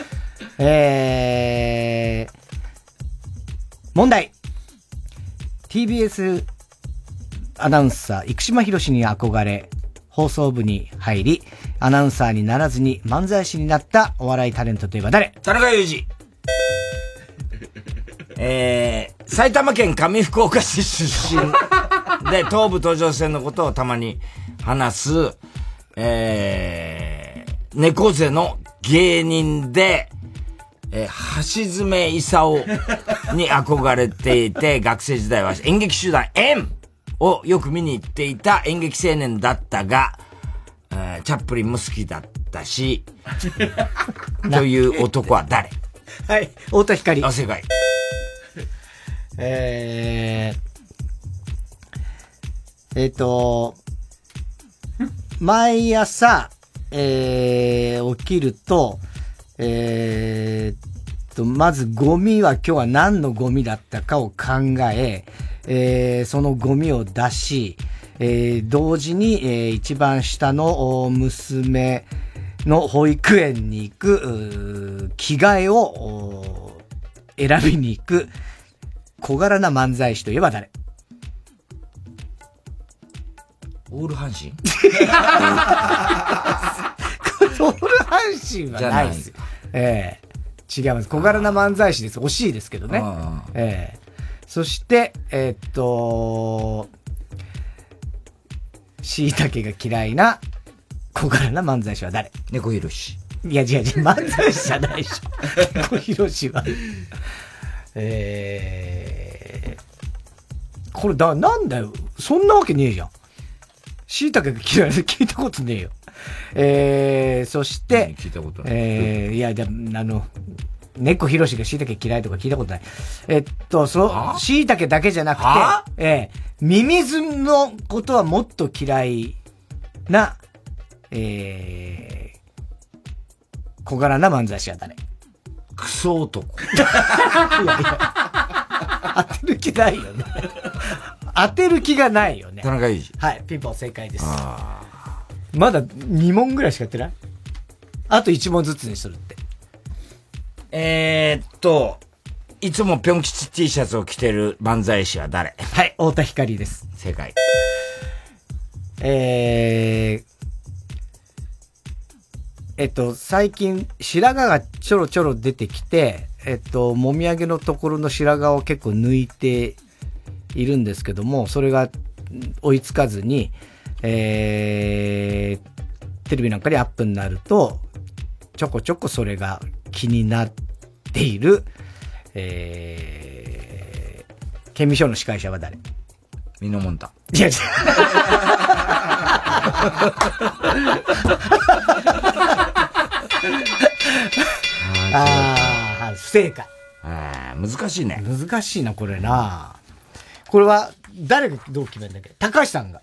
えー、問題。ティービーエス アナウンサー、生島博士に憧れ、放送部に入り、アナウンサーにならずに漫才師になったお笑いタレントといえば誰？ 田中裕二。えー、埼玉県上福岡市出身で、東武東上線のことをたまに話す、えー、猫背の芸人で、えー、橋爪功に憧れていて、学生時代は演劇集団円をよく見に行っていた演劇青年だったが、えー、チャップリンも好きだったし、という男は誰？ はい、太田光。 あ、正解。 えー、えっ、ー、と、毎朝、えー、起きると、えー、と、まずゴミは今日は何のゴミだったかを考え、えー、そのゴミを出し、 えー、同時に、えー、一番下の娘の保育園に行く、着替えを選びに行く小柄な漫才師といえば誰？ オール阪神オール阪神はないです。ええー、違います。小柄な漫才師です。惜しいですけどね。ええー、そして、えー、っと、椎茸が嫌いな小柄な漫才師は誰？ 猫ひろし。 いや違う違う、漫才師じゃないでしょ。猫ひろしは。えー、これだ、なんだよ。そんなわけねえじゃん。椎茸が嫌いで聞いたことねえよ。えー、そして、 聞いたことない。 えー、いや、でも、あの、猫ひろしが椎茸嫌いとか聞いたことない。えっと、そ、椎茸だけじゃなくて、えー、ミミズのことはもっと嫌いな、えー、小柄な漫才師は誰？ クソ男。 いやいや、当てる気ないよね。当てる気がないよね。 田中裕二。 はい、ピンポン正解です。まだに問ぐらいしかやってない？あといち問ずつにするって。 えーっと、いつもぴょん吉 T シャツを着てる漫才師は誰？ はい、太田光です。 正解。 えー、えっと、最近、白髪がちょろちょろ出てきて、えっと、もみあげのところの白髪を結構抜いているんですけども、それが追いつかずに、えー、テレビなんかにアップになると、ちょこちょこそれが気になっている、えー、県民賞の司会者は誰？ ミノモンタ。 いや、違う。ああ、不正解。 ああ、難しいね。 難しいな、これな。これは、誰がどう決めるんだっけ？高橋さんが。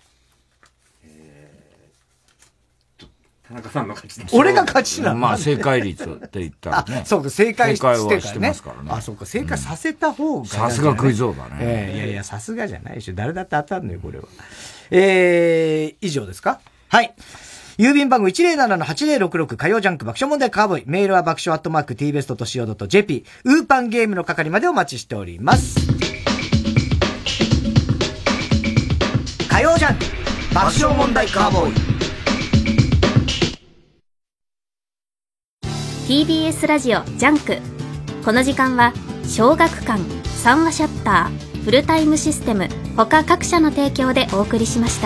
田中さんの勝ちです。 俺が勝ちなの？ まあ、正解率って言ったらね。 あ、そうか、正解してるからね。 正解はしてますからね。 あ、そうか、正解させた方が、ね。 さすがクイズ王だね。 えー、いやいや、さすがじゃないでしょ。誰だって当たるのよ、これは。えー、以上ですか？はい。郵便番号 いちまるななのはちまるろくろく 火曜ジャンク爆笑問題カーボーイ。メールは爆笑アットマーク ティービーエスドットシーオードットジェーピー。ウーパンゲームの係までお待ちしております。火曜ジャンク爆笑問題カーボーイ。 ティービーエス ラジオジャンク。この時間は小学館、三話シャッター、フルタイムシステム他各社の提供でお送りしました。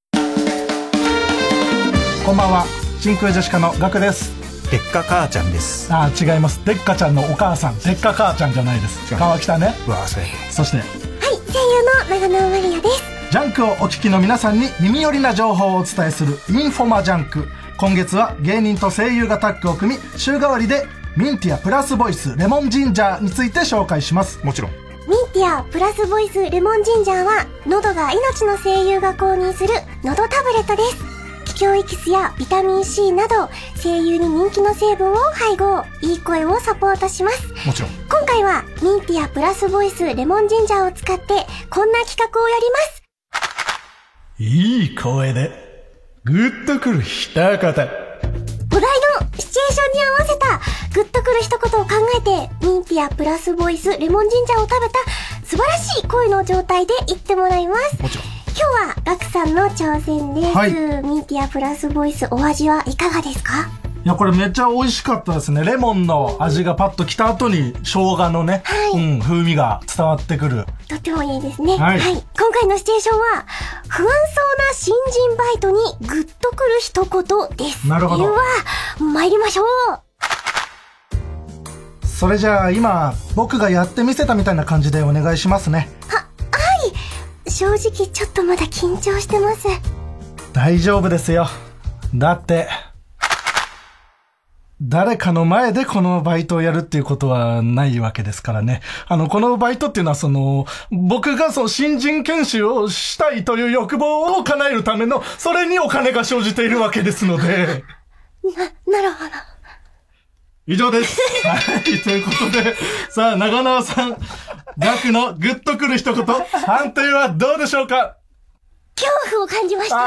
こんばんは、真空ジェシカのガクです。 でっか母ちゃんです。 ああ、違います。でっかちゃんのお母さん、でっか母ちゃんじゃないです。川北ね。 うわ、それ。 そして、はい、 声優の長野まりやです。 ジャンクをお聞きの皆さんに耳寄りな情報をお伝えするインフォマジャンク。今月は芸人と声優がタッグを組み、週替わりでミンティアプラスボイスレモンジンジャーについて紹介します。 もちろん。 ミンティアプラスボイスレモンジンジャーは喉が命の声優が購入する喉タブレットです。気境エキスやビタミン C など声優に人気の成分を配合、いい声をサポートします。 もちろん。 今回はミンティアプラスボイスレモンジンジャーを使ってこんな企画をやります。 いい声でグッとくる一言。お題のシチュエーションに合わせたグッとくる一言を考えて、ミンティアプラスボイスレモンジンジャーを食べた素晴らしい声の状態で言ってもらいます。 もちろん。 今日はガクさんの挑戦です、はい、ミンティアプラスボイスお味はいかがですか？ いや、これめっちゃ美味しかったですね。レモンの味がパッときた後に生姜のね、はい、うん、風味が伝わってくる。 とってもいいですね。 はい。 はい、今回のシチュエーションは、不安そうな新人バイトにグッとくる一言です。 なるほど。 では、参りましょう。 それじゃあ今、僕がやってみせたみたいな感じでお願いしますね。 は、はい。正直ちょっとまだ緊張してます。 大丈夫ですよ。だって、誰かの前でこのバイトをやるっていうことはないわけですからね。あの、このバイトっていうのはその、僕がその新人研修をしたいという欲望を叶えるための、それにお金が生じているわけですので。 な、なるほど。 以上です。はい、ということで、さあ、長縄さん、ガクのグッとくる一言、判定はどうでしょうか？ 恐怖を感じました。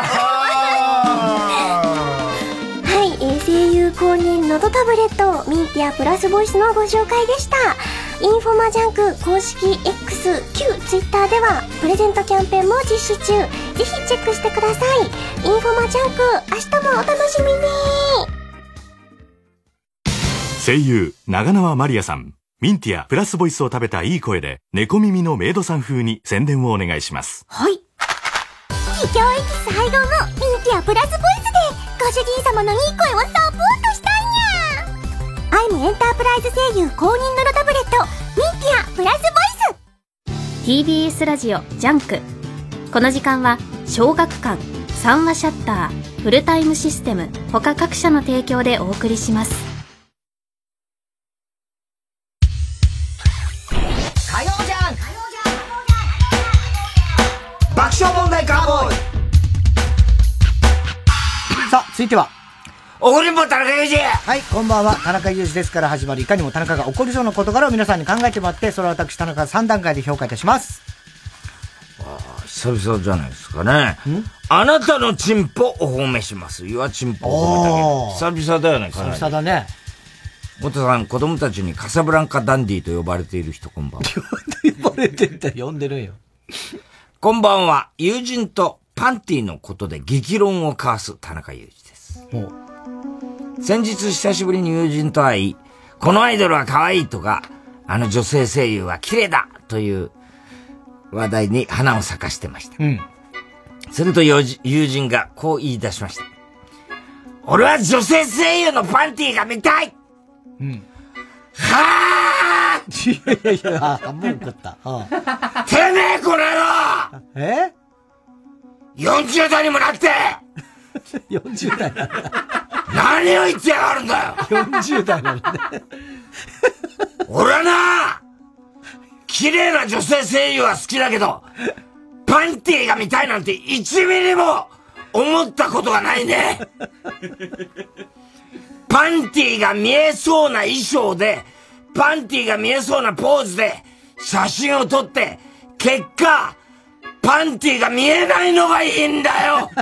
はい、えー、声優公認ノートタブレットミンティアプラスボイスのご紹介でした。インフォマジャンク公式 X、旧 Twitter ではプレゼントキャンペーンも実施中。ぜひチェックしてください。インフォマジャンク、明日もお楽しみに。 声優長縄まりやさん、ミンティアプラスボイスを食べたいい声で猫耳のメイドさん風に宣伝をお願いします。 はい。企業エキス配合のミンティアプラスボイスでご主人様のいい声をサポートしたんや。アイムエンタープライズ声優公認のロタブレットミンティアプラスボイス。 ティービーエス ラジオジャンク。この時間は小学館、三話シャッター、フルタイムシステム他各社の提供でお送りします。 火曜ジャンク爆笑問題カーボーイ。さあ続いては怒りんぼ田中裕二。 はい、こんばんは。田中裕二ですから始まるいかにも田中が起こりそうな事柄を皆さんに考えてもらって、それを私田中がさん段階で評価いたします。 ああ、久々じゃないですかね。あなたのチンポお褒めします。岩チンポを褒めたけど久々だよね。 久々だね。 元さん、子供たちにカサブランカダンディと呼ばれている人、こんばんは。 呼ばれてって呼んでるよ。 こんばんは。友人とパンティのことで激論を交わす田中裕二です。先日久しぶりに友人と会い、このアイドルは可愛いとか、あの女性声優は綺麗だという話題に花を咲かしてました。うん、すると友人がこう言い出しました。俺は女性声優のパンティが見たい、うん、はぁいやいやいや、もう怒った。ああてめえこの野郎え ? よんじゅう 代にもなってよんじゅう代なんだ。 何を言ってやがるんだよ。よんじゅう代なんだ。 俺はな、綺麗な女性声優は好きだけど、パンティが見たいなんていちミリも思ったことがないね。パンティが見えそうな衣装で、パンティが見えそうなポーズで写真を撮って、結果、パンティが見えないのがいいんだよ。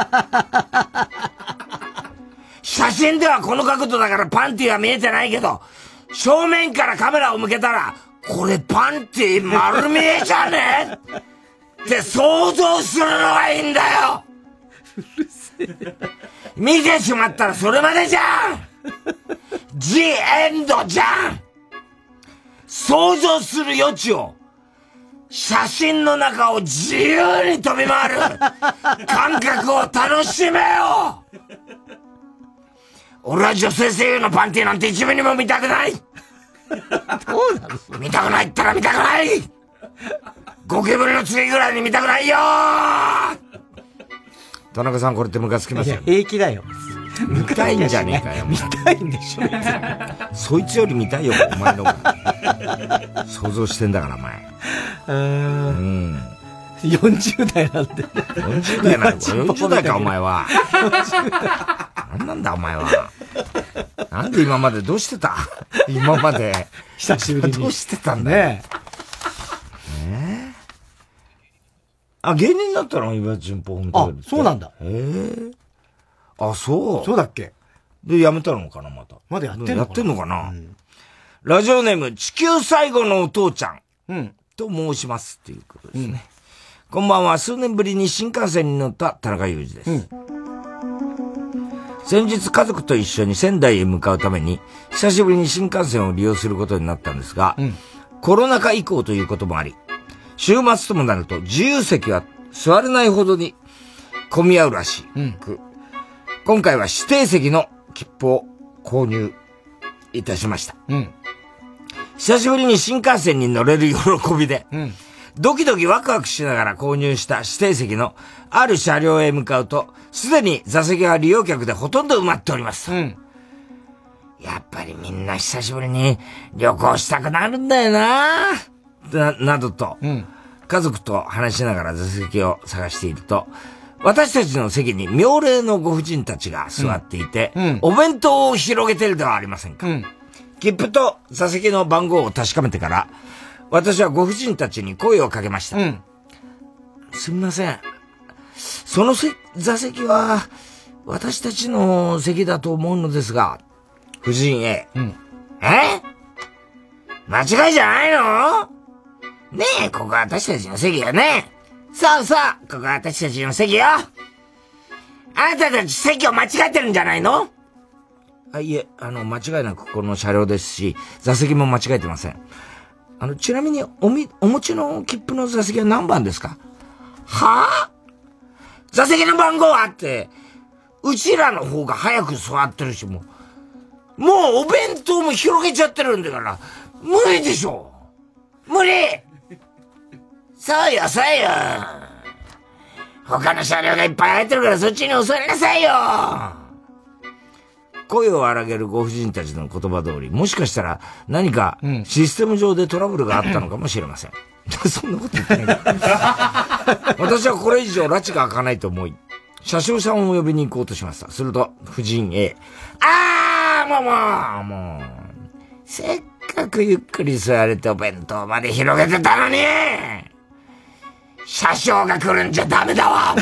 写真ではこの角度だからパンティは見えてないけど、正面からカメラを向けたら、これパンティ丸見えじゃねって想像するのがいいんだよ。 うるせえ。 見てしまったらそれまでじゃん。ジ・エンドじゃん。想像する余地を、写真の中を自由に飛び回る感覚を楽しめよ。俺は女性声優のパンティなんて一部にも見たくない。 どうなの？ 見たくないったら見たくない。ゴキブリの次ぐらいに見たくないよ。田中さんこれってムカつきますよ。 いや平気だよ。 見たいんじゃねえかよ。 見たいんでしょ。 そいつより見たいよお前の。想像してんだからお前。 うーん。よんじゅう代なんて。 よんじゅう代なんだ。よんじゅう代かお前は。何なんだお前は。なんで今までどうしてた？今まで久しぶりにどうしてたんだね。えー、あ、芸人だったの岩井淳歩みたいな。 あ、そうなんだ。 へえ。あ、そう。 そうだっけ？ で、やめたのかな、また。 まだやってんのかな？ やってんのかな、うん、ラジオネーム、地球最後のお父ちゃん。うん。と申しますっていうことですね。うん、こんばんは。数年ぶりに新幹線に乗った田中裕二です。うん、先日家族と一緒に仙台へ向かうために、久しぶりに新幹線を利用することになったんですが、うん、コロナ禍以降ということもあり、週末ともなると自由席は座れないほどに混み合うらしい。うん、今回は指定席の切符を購入いたしました。うん、久しぶりに新幹線に乗れる喜びで、うん、ドキドキワクワクしながら購入した指定席のある車両へ向かうと、すでに座席は利用客でほとんど埋まっております。うん、やっぱりみんな久しぶりに旅行したくなるんだよなな、などと、うん、家族と話しながら座席を探していると、私たちの席に妙齢のご婦人たちが座っていて、うんうん、お弁当を広げてるではありませんか。うん、切符と座席の番号を確かめてから、私はご婦人たちに声をかけました。うん、すみません。 そのせ座席は、私たちの席だと思うのですが、夫人 A。うん。え？間違いじゃないの？ねえ、ここは私たちの席よね。そうそう、ここは私たちの席よ。あなたたち席を間違えてるんじゃないの？あ、いえ、あの、間違いなくこの車両ですし、座席も間違えてません。あの、ちなみに、おみ、お持ちの切符の座席は何番ですか？はぁ、あ、座席の番号はあって、うちらの方が早く座ってるし、もう、もうお弁当も広げちゃってるんだから、無理でしょ。無理。そうよ、そうよ。他の車両がいっぱい入ってるからそっちに座りなさいよ。声を荒げるご婦人たちの言葉通り、もしかしたら何かシステム上でトラブルがあったのかもしれません。そんなこと言ってない。私はこれ以上拉致が開かないと思い、車掌さんを呼びに行こうとしました。すると、夫人 A。あー、もうもう、もう、せっかくゆっくり座れてお弁当まで広げてたのに、車掌が来るんじゃダメだわ。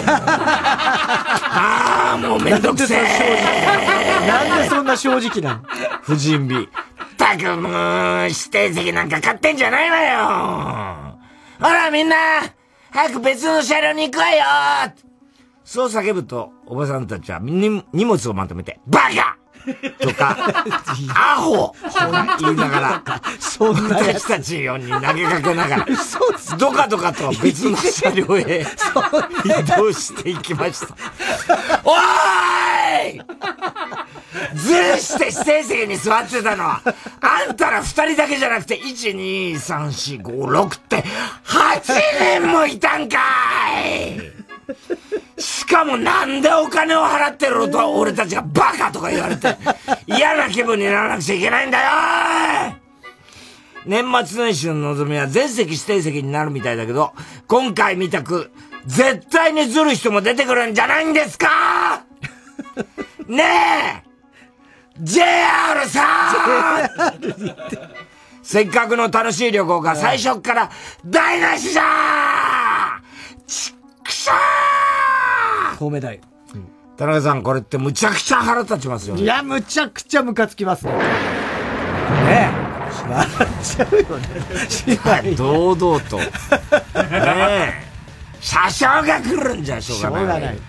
あー、もうめんどくせえ。 なんでそんな正直なの？ 夫人 B。たくもう、指定席なんか買ってんじゃないわよ。ほらみんな、早く別の車両に行くわよ。そう叫ぶと、おばさんたちは荷物をまとめて、バカとか、アホ言いながら、そんな私たちように投げかけながら、どかどかと別の車両へ移動していきました。おーい！ずるして指定席に座ってたのは、あんたら二人だけじゃなくて、いち、に、さん、よん、ご、ろくって、はちねんもいたんかい！しかもなんでお金を払ってると俺たちがバカとか言われて嫌な気分にならなくちゃいけないんだよ。年末年始の望みは全席指定席になるみたいだけど、今回みたく絶対にずる人も出てくるんじゃないんですか？ねえ ジェイアール さんせっかくの楽しい旅行が最初から台無しじゃー。ちっくしゃー。 コウメ大。 田中さん、これってむちゃくちゃ腹立ちますよね。 いや、むちゃくちゃムカつきますね。ねえ。笑っちゃうよね。 堂々と。ねえ。車掌が来るんじゃしょうがない。しょうがない。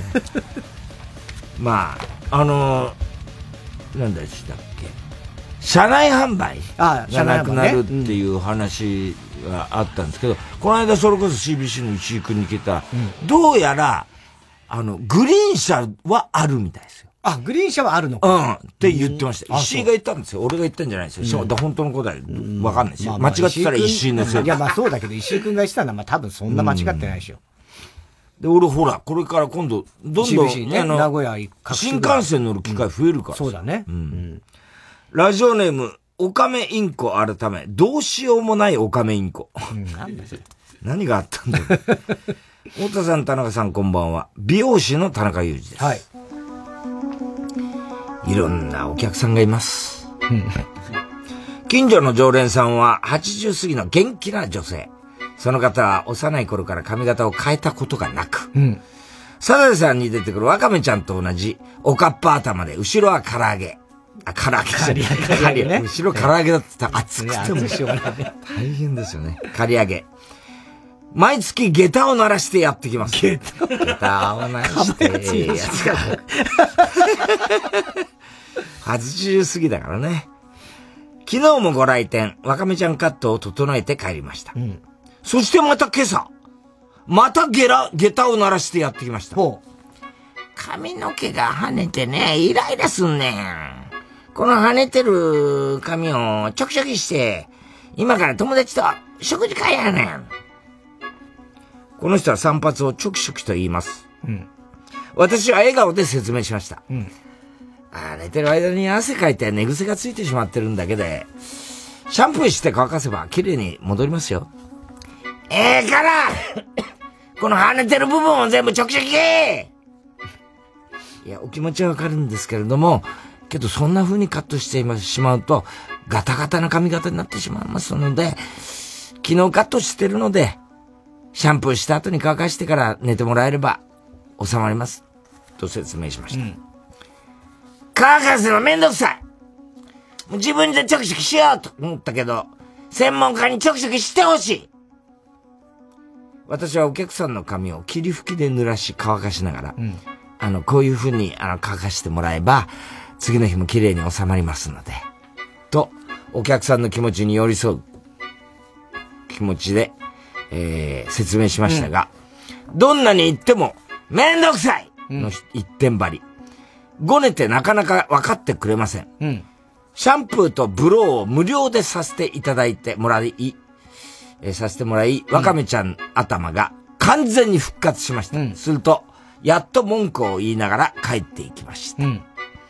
まあ、あのー、なんだしだっけ。車内販売がなくなるっていう話があったんですけど、この間それこそ シービーシー の石井くんに聞いたら、うん、どうやら、あの、グリーン車はあるみたいですよ。 あ、グリーン車はあるのか。 うん。って言ってました。石井が言ったんですよ。俺が言ったんじゃないですよ。うん、本当のことはわかんないですよ。うんまあまあ、間違ってたら石井のせい。 いや、まあそうだけど、石井くんが言ってたのは、まあ多分そんな間違ってないでしょ。 うん、で、俺ほら、これから今度、どんどん、 ね、あの、名古屋新幹線乗る機会増えるから、 うん。そうだね。 うん。うん、ラジオネーム、オカメインコ改め、どうしようもないオカメインコ。うん、なんだそれ。何があったんだろう。太田さん、田中さん、こんばんは。美容師の田中裕二です。はい。いろんなお客さんがいます。近所の常連さんははちじゅう過ぎの元気な女性。その方は幼い頃から髪型を変えたことがなく、うん、サザエさんに出てくるワカメちゃんと同じおかっぱ頭で、後ろは唐揚げ。あ、唐揚げじゃない。唐揚げね。後ろ唐揚げだって言ったら熱くても大変ですよね。刈り上げ。毎月下駄を鳴らしてやってきます。下駄下駄を鳴らしてやってきます。はちじゅう過ぎだからね。昨日もご来店、わかめちゃんカットを整えて帰りました。うん、そしてまた今朝、またゲラ、下駄を鳴らしてやってきました。髪の毛が跳ねてね、イライラすんねん。この跳ねてる髪をちょきちょきして、今から友達と食事会やねん。この人は散髪をちょきちょきと言います。うん、私は笑顔で説明しました。うん、あ寝てる間に汗かいて寝癖がついてしまってるんだけで、シャンプーして乾かせば綺麗に戻りますよ。ええからこの跳ねてる部分を全部ちょきちょきいや、お気持ちはわかるんですけれども、けどそんな風にカットしてしまうと、ガタガタな髪型になってしまいますので、昨日カットしてるので、シャンプーした後に乾かしてから寝てもらえれば収まります。と説明しました。うん、乾かすのめんどくさい。自分でチョキチョキしようと思ったけど、専門家にチョキチョキしてほしい。私はお客さんの髪を霧吹きで濡らし乾かしながら、うん、あの、こういう風にあの乾かしてもらえば、次の日も綺麗に収まりますので、と、お客さんの気持ちに寄り添う気持ちで、えー、説明しましたが、うん、どんなに言っても、めんどくさいの一点張り。ごねてなかなか分かってくれません。うん、シャンプーとブローを無料でさせていただいてもらい、えー、させてもらい、ワカメちゃん頭が完全に復活しました。うん、すると、やっと文句を言いながら帰っていきました。うん、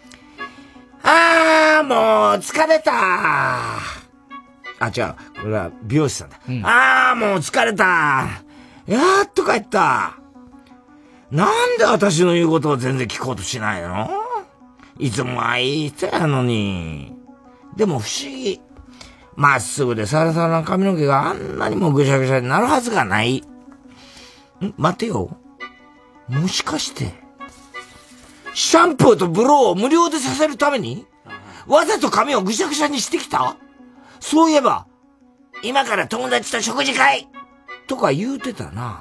あー、もう疲れたー。あ、違う。これは美容師さんだ。うん、あー、もう疲れたー。やっと帰った。なんで私の言うことを全然聞こうとしないの？いつもは言い人やのに。でも不思議。まっすぐでサラサラな髪の毛があんなにもぐしゃぐしゃになるはずがない。ん？待てよ。もしかして、シャンプーとブローを無料でさせるために、わざと髪をぐしゃぐしゃにしてきた？そういえば、今から友達と食事会とか言うてたな。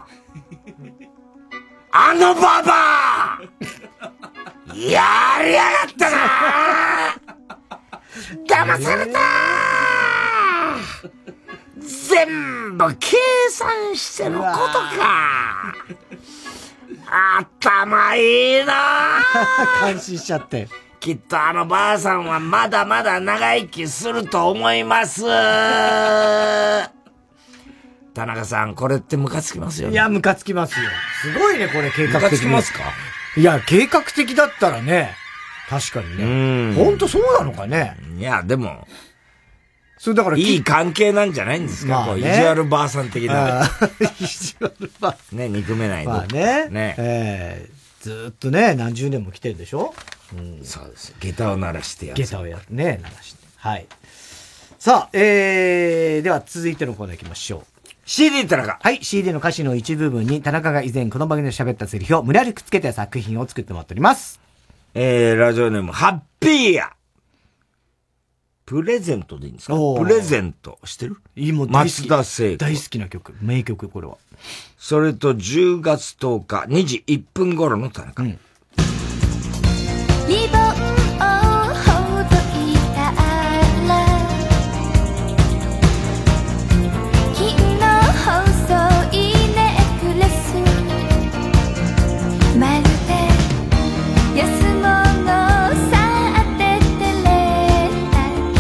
あのババアやりやがったな騙された全部計算してのことか頭いいな感心しちゃって。 きっとあのばあさんはまだまだ長生きすると思います田中さん、これってムカつきますよね。 いや、ムカつきますよ。すごいね、これ計画的に。 ムカつきますか？ いや、計画的だったらね、確かにね。ほんとそうなのかね。 いや、でも、 それだからいい関係なんじゃないんですか、まあね、こう意地悪ばあさん的な。 意地悪ばあさん。ね、憎めないの。 まあね。ね。えー、ずーっとね、何十年も来てるでしょ？ うん、そうです。下駄を鳴らしてやる。 下駄をやってね、鳴らして。はい。さあ、えー、では続いてのコーナー行きましょう。 シーディー 田中。 はい、シーディー の歌詞の一部分に田中が以前この番組で喋ったセリフを無理やりくっつけた作品を作ってもらっております。 えー、ラジオネーム、ハッピーや。プレゼントでいいんですか？プレゼント。知ってる？ いいもん、 松田聖子。 大好きな曲。名曲、これは。 それとじゅうがつとおか、にじいっぷん頃の田中。うん、 リボンをほどいたら金の細いネックレスまるで安物さって照れたけ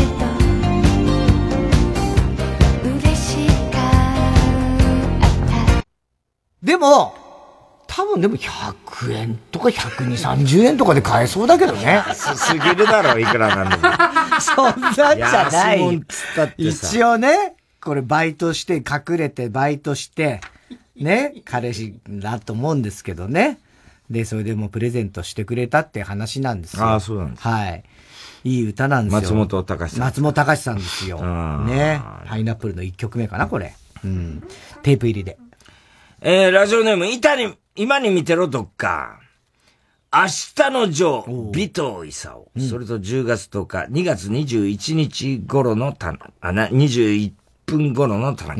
ど嬉しかった。 でも多分でもひゃくえんとかひゃくにじゅう、さんじゅうえんとかで買えそうだけどね。 安すぎるだろ、いくらなんでも。 そんなんじゃない。 安もんつったってさ。 一応ね、これバイトして、隠れてバイトして、ね、彼氏だと思うんですけどね。で、それでもプレゼントしてくれたって話なんですよ。 ああ、そうなんです。 はい。いい歌なんですよ。 松本隆さん。 松本隆さんですよ。ね。パイナップルのいっきょくめかな、これ。うん。テープ入りで。 えー、ラジオネーム、板に、今に見てろ、どっか。明日のジョー、尾藤勲、うん。それとじゅうがつとおか、にがつにじゅういちにち頃のた、あ、な、にじゅういっぷん頃の田中。うん、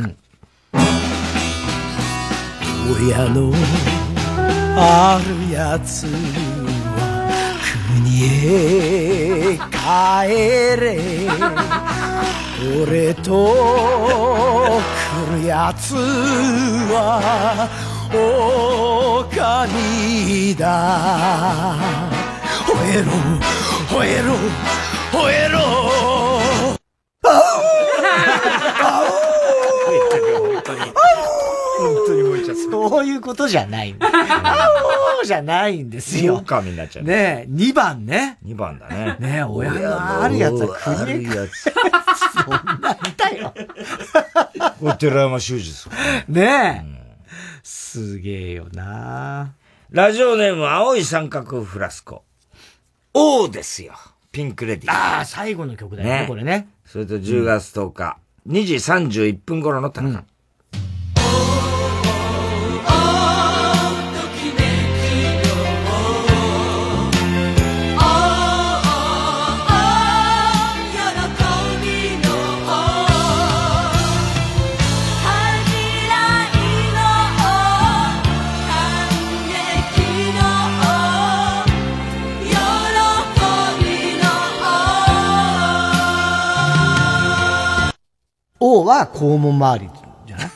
親のあるやつは国へ帰れ俺と来るやつは狼だ吠えろ吠えろ吠えろあう本当に本当に燃えちゃった。 そういうことじゃないんだ。あおーじゃないんですよ。 狼になっちゃう。 ねえ、にばんね。 にばんだね。 ねえ、親のあるやつは国へ。 あるやつ。 そんなんだよ。 これ寺山修司ですねえ、うん。すげえよな。 ラジオネーム青い三角フラスコ。王ですよ。ピンクレディー。 ああ、最後の曲だよね、ねこれね。 それとじゅうがつとおか、うん、にじさんじゅういっぷん頃の田中。うん王は肛門周りじゃない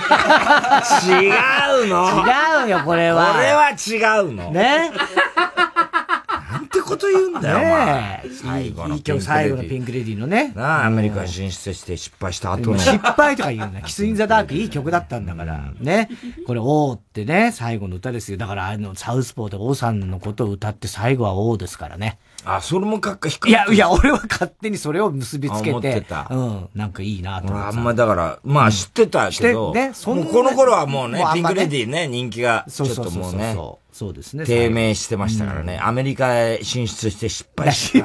違うの違うよ、これは。 これは違うの。 ね。 なんてこと言うんだよ、 ねえ。最後のピンクレディ。最後のピンクレディのね。 なあ、アメリカ進出して失敗した後の。 失敗とか言うな。キスインザダークいい曲だったんだから。ね。これ、王ってね、最後の歌ですよ。だから、あの、サウスポーで王さんのことを歌って最後は王ですからね。 あ、それもかっこ低い。 いや、いや、俺は勝手にそれを結びつけて。 思ってた。 うん。なんかいいなと思って。 あんまだから、まあ知ってたけど。ね、そんな。この頃はもうね、ピンクレディね、人気が、ちょっともうね。 そうですね。 低迷してましたからね。アメリカへ進出して失敗した。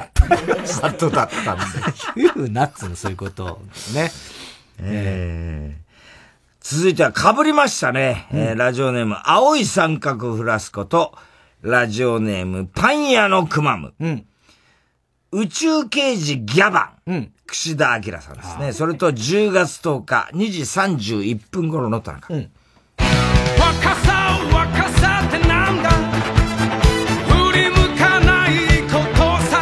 後だったんで。 言うなっつうの、そういうことね。 えー、続いては被りましたね。えー、ラジオネーム、青い三角フラスコと、ラジオネーム、パン屋のくまむ。 うん。 宇宙刑事ギャバン。うん。 串田明さんですね。それとじゅうがつとおか、にじさんじゅういっぷん頃の田中。うん。 若さ若さってなんだ、振り向かないことさ、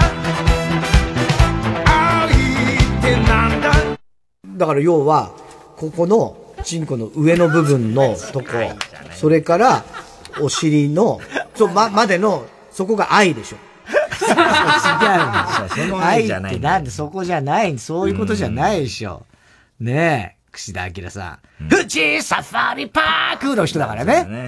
愛ってなんだ。 だから要は、ここの、チンコの上の部分のとこ、それから、お尻の、そう、ま、までの、そこが愛でしょ。違うの。愛ってなんでそこじゃない、そういうことじゃないでしょ。ねえ、串田明さん。富士サファリパークの人だからね。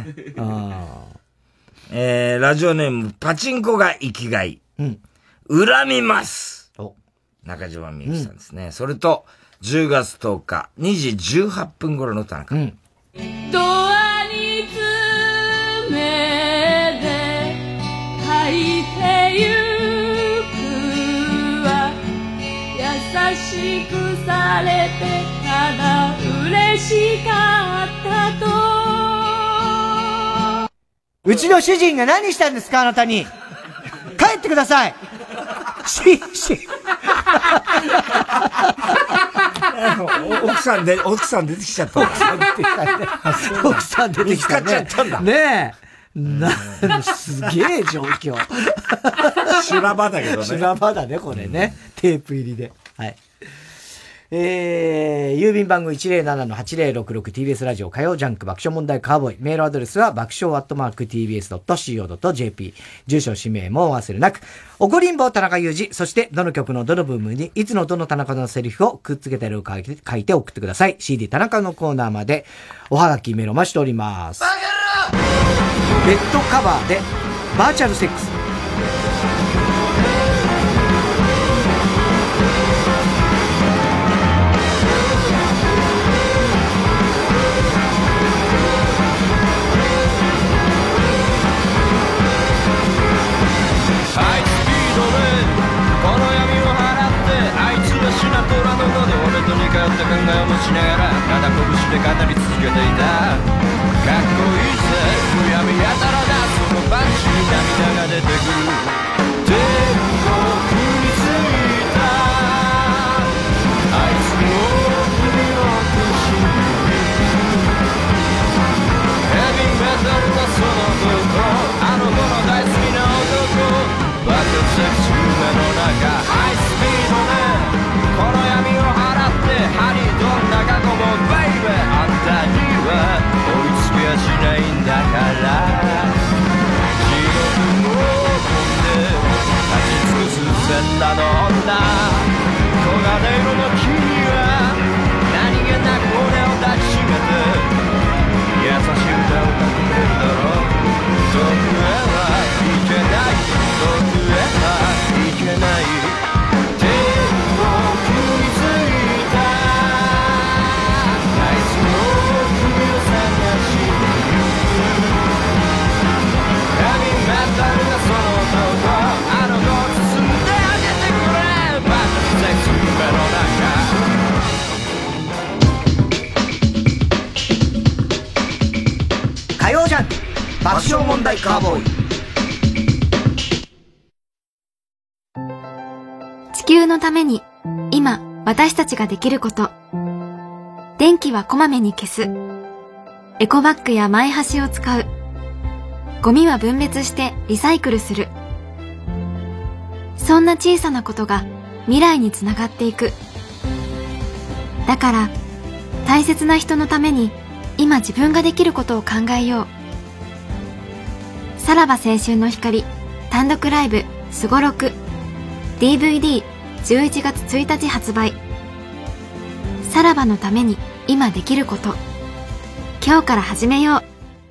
えー、ラジオネーム、パチンコが生きがい。うん。恨みます。中島みゆきさんですね。それと、じゅうがつとおか、にじじゅうはっぷん頃の田中。うん。 ドアに爪で書いてゆくわ、優しくされてただ嬉しかったと。 うちの主人が何したんですか、あなたに。帰ってください。し、し。 奥さんで、奥さん出てきちゃった。 奥さん出てきたね。奥さん出てきたね。 見つかっちゃったんだ。 ねえ。な、すげえ状況。 修羅場だけどね。 修羅場だね、これね。テープ入りで。はい。えー、郵便番号 いちまるななのはちまるろくろく ティービーエス ラジオ火曜ジャンク爆笑問題カーボーイ。メールアドレスは爆笑アットマーク ティービーエスドットシーオードットジェーピー。住所氏名もお忘れなく。怒りんぼ田中裕二、そしてどの曲のどの部分にいつのどの田中のセリフをくっつけてるか書いて送ってください。シーディー 田中のコーナーまでおはがきメールお待ちしております。ベッドカバーでバーチャルセックス。 シナトラの喉で俺と似通った考えを持ちながらただ拳で語り続けていた。かっこいいぜむやみやたらだ、そのパンチに涙が出てくる。天国に着いたあいつの首を落としヘビーメタルなその男、あの子の大好きな男、爆発する夢の中ハイスピードでこの闇を払って針どんな過去もベイベーあんたには追いつけやしないんだから地獄も飛んで立ち尽くす全裸の女、黄金色の君は何気なく俺を抱きしめて優しい歌を歌ってるだろう。遠くへは行けない、遠くへは行けない、 火曜ジャンク爆笑問題カーボーイ。 地球のために今私たちができること。電気はこまめに消す。エコバッグやマイ箸を使う。ゴミは分別してリサイクルする。そんな小さなことが未来につながっていく。 だから大切な人のために今自分ができることを考えよう。さらば青春の光単独ライブすごろく ディーブイディーじゅういちがつついたち発売。さらばのために今できること、今日から始めよう。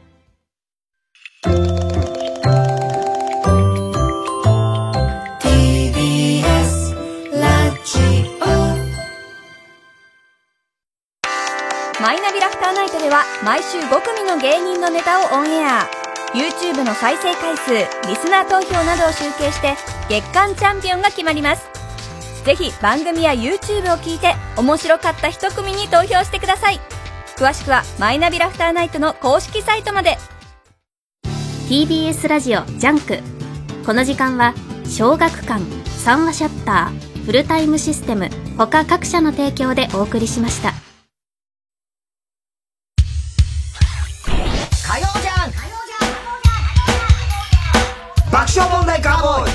マイナビラフターナイトでは毎週ごくみの芸人のネタをオンエア。 YouTube の再生回数、リスナー投票などを集計して月間チャンピオンが決まります。ぜひ番組や YouTube を聞いて面白かった一組に投票してください。詳しくはマイナビラフターナイトの公式サイトまで。 ティービーエス ラジオジャンク。この時間は小学館、三話シャッター、フルタイムシステム他各社の提供でお送りしました。 火曜じゃん爆笑問題カーボーイ。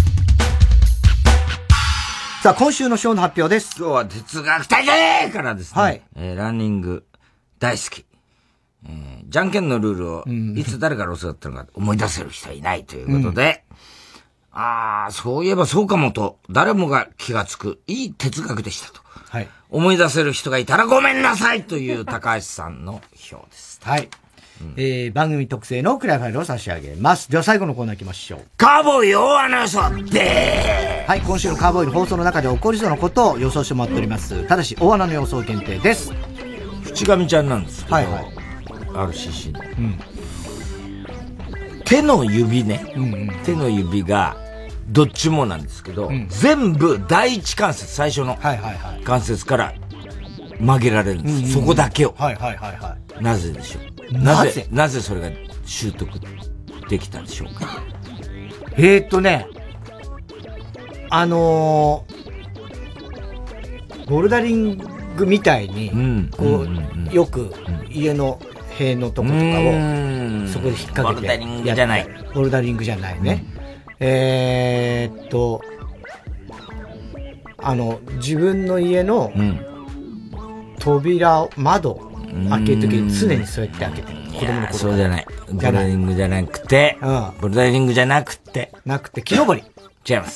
さあ、今週のショーの発表です。 今日は哲学体じゃねえからですね。 はい。 えー、ランニング大好き。えー、じゃんけんのルールをいつ誰から教わったのか思い出せる人はいないということで、うん、ああ、そういえばそうかもと、誰もが気がつく、いい哲学でしたと。 はい。 思い出せる人がいたらごめんなさいという高橋さんの票です。 はい。うん、えー、番組特製のクライファイルを差し上げます。では最後のコーナー行きましょう。 カーボーイ大穴予想でーはい、今週のカーボーイの放送の中で起こりそうなことを予想してもらっております。ただし、大穴の予想限定です。 淵上ちゃんなんですけど、はいはい。アールシーシー の。うん、手の指ね、うんうん。手の指が、どっちもなんですけど、うん、全部第一関節、最初の関節から曲げられるんです。はいはいはい、そこだけを。 はいはいはいはい。 なぜでしょう。なぜ、なぜそれが習得できたんでしょうか。 えーっとね、あのー、ボルダリングみたいに、うん、こう、うんうんうん、よく家の塀のとことかを、そこで引っ掛けて。ボルダリングじゃない。ボルダリングじゃないね。うん、えーっと、あの、自分の家の扉、窓、開けるときに常にそうやって開けてる。 子供の頃。そうじゃない。ボルダリングじゃなくて、うん、ボルダリングじゃなくて。 なくて、木登り。 違います。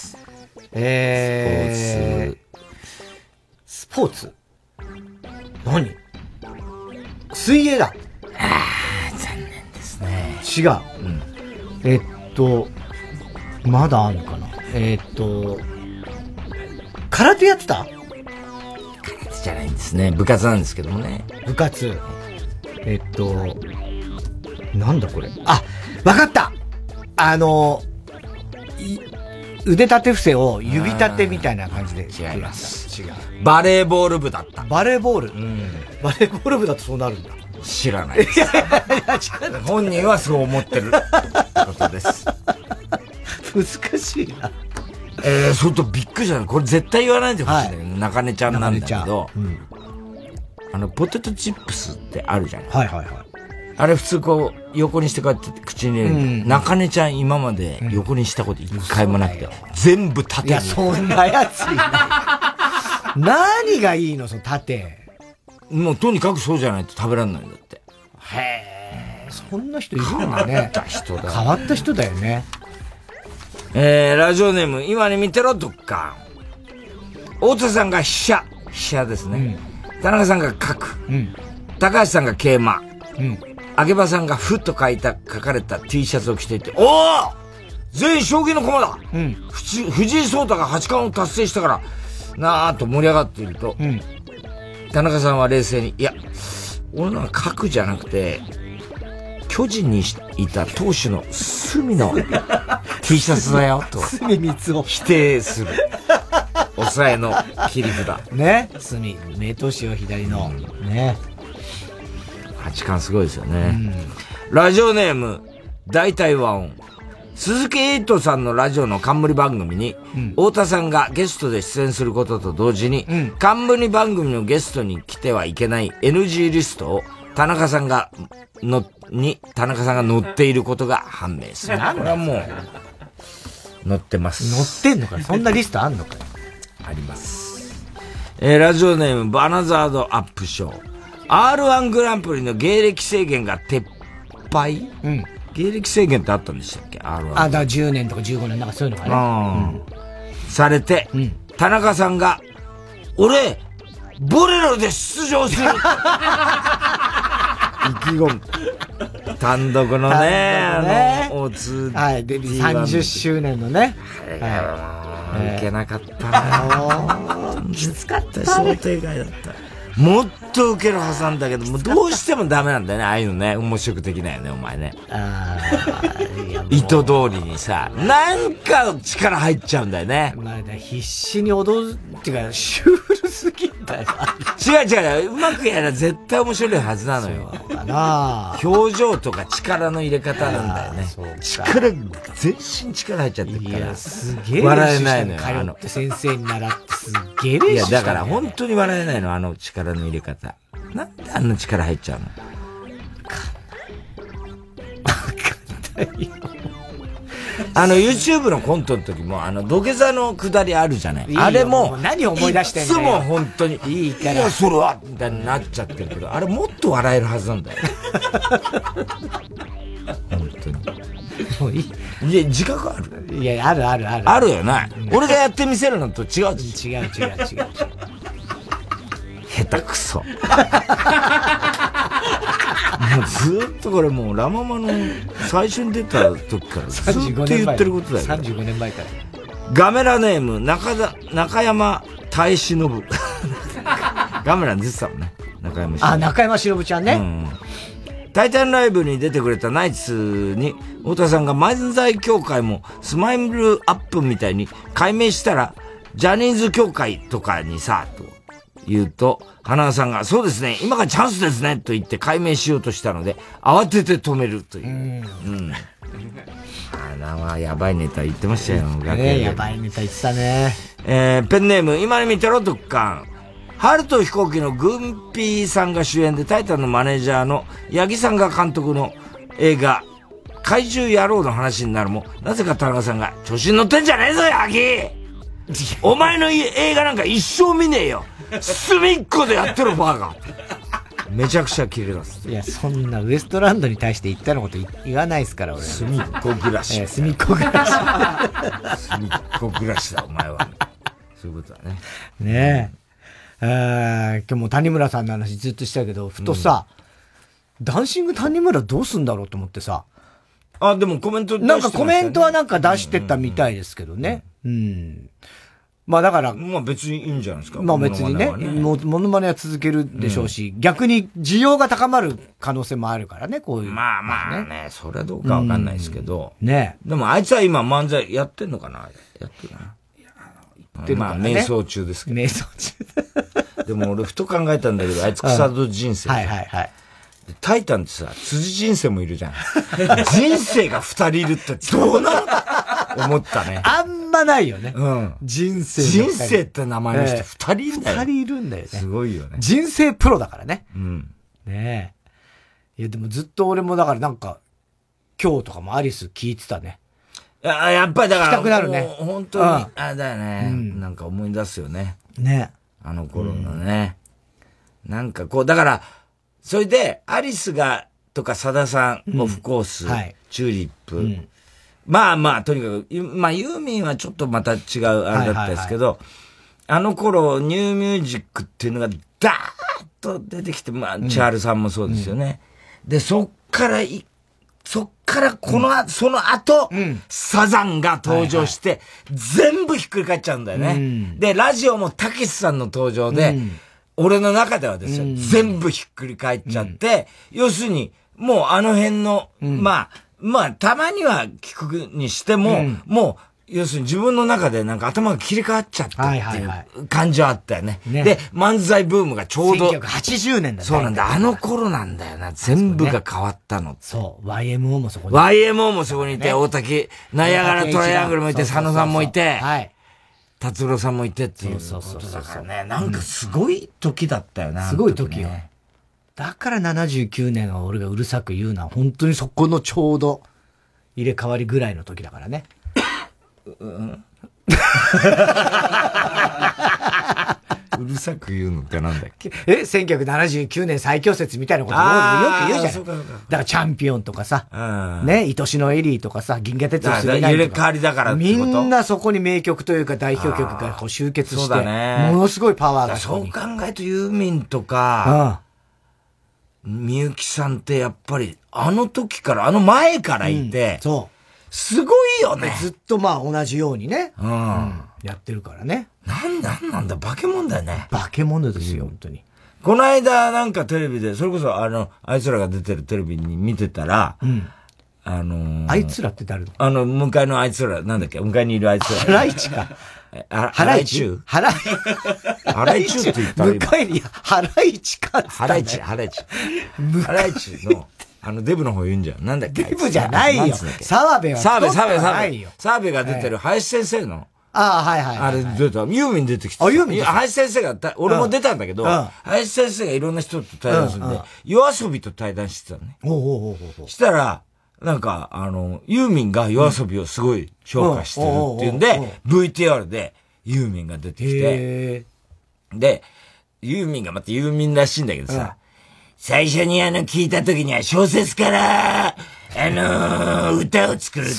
えー、スポーツ。スポーツ何水泳だ。 ああ、残念ですね。 違う。うん、えっと、まだあるのかな。えっと、空手やってた？ 空手じゃないんですね。部活なんですけどもね。 部活。えっと、なんだこれ。あ、わかった。あの、腕立て伏せを指立てみたいな感じで。 違います。 違う。 バレーボール部だった。 バレーボール、うん、バレーボール部だとそうなるんだ。 知らないです。いやいやいや本人はそう思ってることです。 難しいな。 えー、そっとびっくりした。これ絶対言わないでほしいんだけど、はい、中根ちゃんなんだけど、うん、あの、ポテトチップスってあるじゃない。 はいはいはい。あれ普通こう、横にしてこうやって口に入れる、うん。中根ちゃん今まで横にしたこと一回もなくて、うん、全部縦に。 いや、そんなやついない。何がいいのその縦。 もうとにかくそうじゃないと食べられないんだって。 へー。そんな人いるんだね。 変わった人だ。 変わった人だよね。 えー、ラジオネーム、今に見てろ、どっか。大田さんが飛車。飛車ですね。うん、田中さんが角。うん、高橋さんが桂馬。うん、秋葉さんがふと書いた、書かれた T シャツを着ていて、おー全員将棋の駒だ、うん、藤井聡太が八冠を達成したから、なーっと盛り上がっていると、うん、田中さんは冷静に、いや、俺のは角じゃなくて、巨人にいた投手の隅の T シャツだよ、と。 隅三つを。 否定する。抑えの切り札。 ね。隅。名投手を左の。うん、ね。 八冠すごいですよね。うん、ラジオネーム、大体和音。鈴木エイトさんのラジオの冠番組に、うん、太田さんがゲストで出演することと同時に、うん、冠番組のゲストに来てはいけない エヌジー リストを田中さんがの、に、田中さんが載っていることが判明する。これはもう、載ってます。 載ってんのかそんなリストあんのかあります。 えー、ラジオネームバナザードアップショー。アールワン グランプリの芸歴制限が撤廃、 うん、 芸歴制限ってあったんでしたっけ ?アールワン。 あ、だからじゅうねんとかじゅうごねんなんかそういうのがね。 うん、されて、うん、田中さんが、俺、ボレロで出場する意気込む。単独のね、ねあの、オーツー。 はい、デビューさんじゅっしゅうねんのね。 はい。いけなかったなきつかった。 想定外だった。もっと受けるはずなんだけど、もうどうしてもダメなんだよね、ああいうのね。面白くできないよね、お前ね。あ意図通りにさ、なんか力入っちゃうんだよね。 まあ、必死に踊るっていうか、シュールすぎんだよ。 違う違う、うまくやら絶対面白いはずなのよ。 そうかな表情とか力の入れ方なんだよね。力、全身力入っちゃってるから。いや、 すげえ。 笑えないのよ。 あの、先生に習ってすげえ練習した、ね。 いや、だから本当に笑えないの、あの力の入れ方。なんであんな力入っちゃうの？わかんない。わかんないよ。あの YouTube のコントの時もあの土下座のくだりあるじゃない。いいあれもう何を思い出してんの？ いつも本当にいいから。いやそれはみたいになっちゃってるけど、あれもっと笑えるはずなんだよ。本当に。もういい。いや自覚ある。 いやあるあるある。 あるよな。俺がやってみせるのと違う。 違う違う違う違う。 下手くそ。もうずーっとこれもうラママの最初に出た時からずっと言ってることだよ。 さんじゅうごねんまえから。 ガメラネーム中田中山大志信。ガメラに出てたもんね。中山忍。 あ、中山忍ちゃんね。うん。 タイタンライブに出てくれたナイツに太田さんが漫才協会もスマイルアップみたいに改名したらジャニーズ協会とかにさと言うと、花輪さんが、そうですね、今がチャンスですね、と言って改名しようとしたので、慌てて止めるという。うん。うん。花輪やばいネタ言ってましたよ、 楽屋で。やばいネタ言ってたね。 えー、ペンネーム、今に見てろ、特艦。春と飛行機のグンピーさんが主演で、タイタンのマネージャーの八木さんが監督の映画、怪獣野郎の話になるも、なぜか田中さんが、調子に乗ってんじゃねえぞ、八木お前の映画なんか一生見ねえよ隅っこでやってろバーガーめちゃくちゃキレ出す。 いやそんなウエストランドに対して言ったようなこと言わないですから俺。 隅っこ暮らし、 えー、隅っこ暮らし隅っこ暮らしだお前は。そういうことだね。 ねえ、うん、えー、今日も谷村さんの話ずっとしたけどふとさ、うん、ダンシング谷村どうすんだろうと思ってさ。 あ、でもコメント出してましたね。なんかコメントはなんか出してたみたいですけどね。うん、うんうんまあだから。 まあ別にいいんじゃないですか。 まあ別にね。もモノマネは続けるでしょうし、うん、逆に需要が高まる可能性もあるからね、こういう。 まあまあね、ねそれはどうかわかんないですけど。 うん、ねでもあいつは今漫才やってんのかなやってるな。やってるのかな、ね、まあ瞑想中ですけど。 瞑想中。 でも俺ふと考えたんだけど、あいつ草戸人生。 はいはいはい。 タイタンってさ、辻人生もいるじゃん。人生が二人いるってどうなの思ったね。 あんまないよね。 うん。 人生。 人生って名前の人二人いるんだよ。 二人いるんだよね。 すごいよね。 人生プロだからね。 うん。 ねえ。いやでもずっと俺もだからなんか、今日とかもアリス聞いてたね。 いや、やっぱりだから。 聞きたくなるね。 本当に、うん、あれだよね、うん。なんか思い出すよね。 ねあの頃のね。うん、なんかこう、だから、それで、アリスが、とか、さださん、オフコース、 はい、 チューリップ、うん、まあまあ、とにかく、まあ、ユーミンはちょっとまた違うあれだったですけど、はいはいはい、あの頃、ニューミュージックっていうのが、ダーッと出てきて、まあ、うん、千春さんもそうですよね。うん、で、そっからい、そっからこの、うん、その後、うん、サザンが登場して、はいはい、全部ひっくり返っちゃうんだよね。うん、で、ラジオもたけしさんの登場で、うん俺の中ではですよ、うん、全部ひっくり返っちゃって、うん、要するに、もうあの辺の、うん、まあ、まあ、たまには聞くにしても、うん、もう、要するに自分の中でなんか頭が切り替わっちゃったっていう感じはあったよね。はいはいはい、で、漫才ブームがちょうど。 せんきゅうひゃくはちじゅうねんだね。 そうなんだ。あの頃なんだよな。全部が変わったの。 そう。ワイエムオー もそこに。 ワイエムオー もそこにいて、ね、大滝、ナイアガラトライアングルもいて、佐野さんもいて。 はい。 達郎さんもいてっていうことだからね。なんかすごい時だったよな。 すごい時よ。だからななじゅうきゅうねんは俺がうるさく言うのは本当にそこのちょうど入れ替わりぐらいの時だからね。 うるさく言うのってなんだっけ？ え、せんきゅうひゃくななじゅうきゅうねん最強説みたいなことよく言うじゃん。だからチャンピオンとかさ、ね、愛しのエリーとかさ、銀河鉄道する入れ替わりだからってことみんなそこに名曲というか代表曲がこう集結して、ものすごいパワーが。 そう考えるとユーミンとか、みゆきさんってやっぱり、あの時から、あの前からいて、 うん、そう。 すごいよね。 ずっとまあ同じようにね、うんうん、やってるからね。 なんだ、なんなんだ、化け物だよね。 化け物ですよ、本当に。 この間なんかテレビで、それこそあの、あいつらが出てるテレビに見てたら、うん、あのー、 あいつらって誰だ？ あの、向かいのあいつら、なんだっけ、向かいにいるあいつら。 ハライチか。 あ、ハライチハライチハライチって言ったら向かいに、ハライチか。 ハライチ、ハライチ。ハライチの、あの、デブの方言うんじゃん。なんだっけ？ デブじゃないよ。澤部は。 澤部、澤部、澤部。澤部が出てる林先生の。 ああ、はいはい。 あれ出た。ユーミン出てきて。 あ、ユーミン林先生が、俺も出たんだけど、林先生がいろんな人と対談するんで、夜遊びと対談してたのね。 おうおうおうおう。 したら、なんか、あの、ユーミンが夜遊びをすごい評価してるっていうんで、ブイティーアール でユーミンが出てきて、で、ユーミンがまたユーミンらしいんだけどさ、最初にあの聞いた時には小説から、あのー、歌を作るって。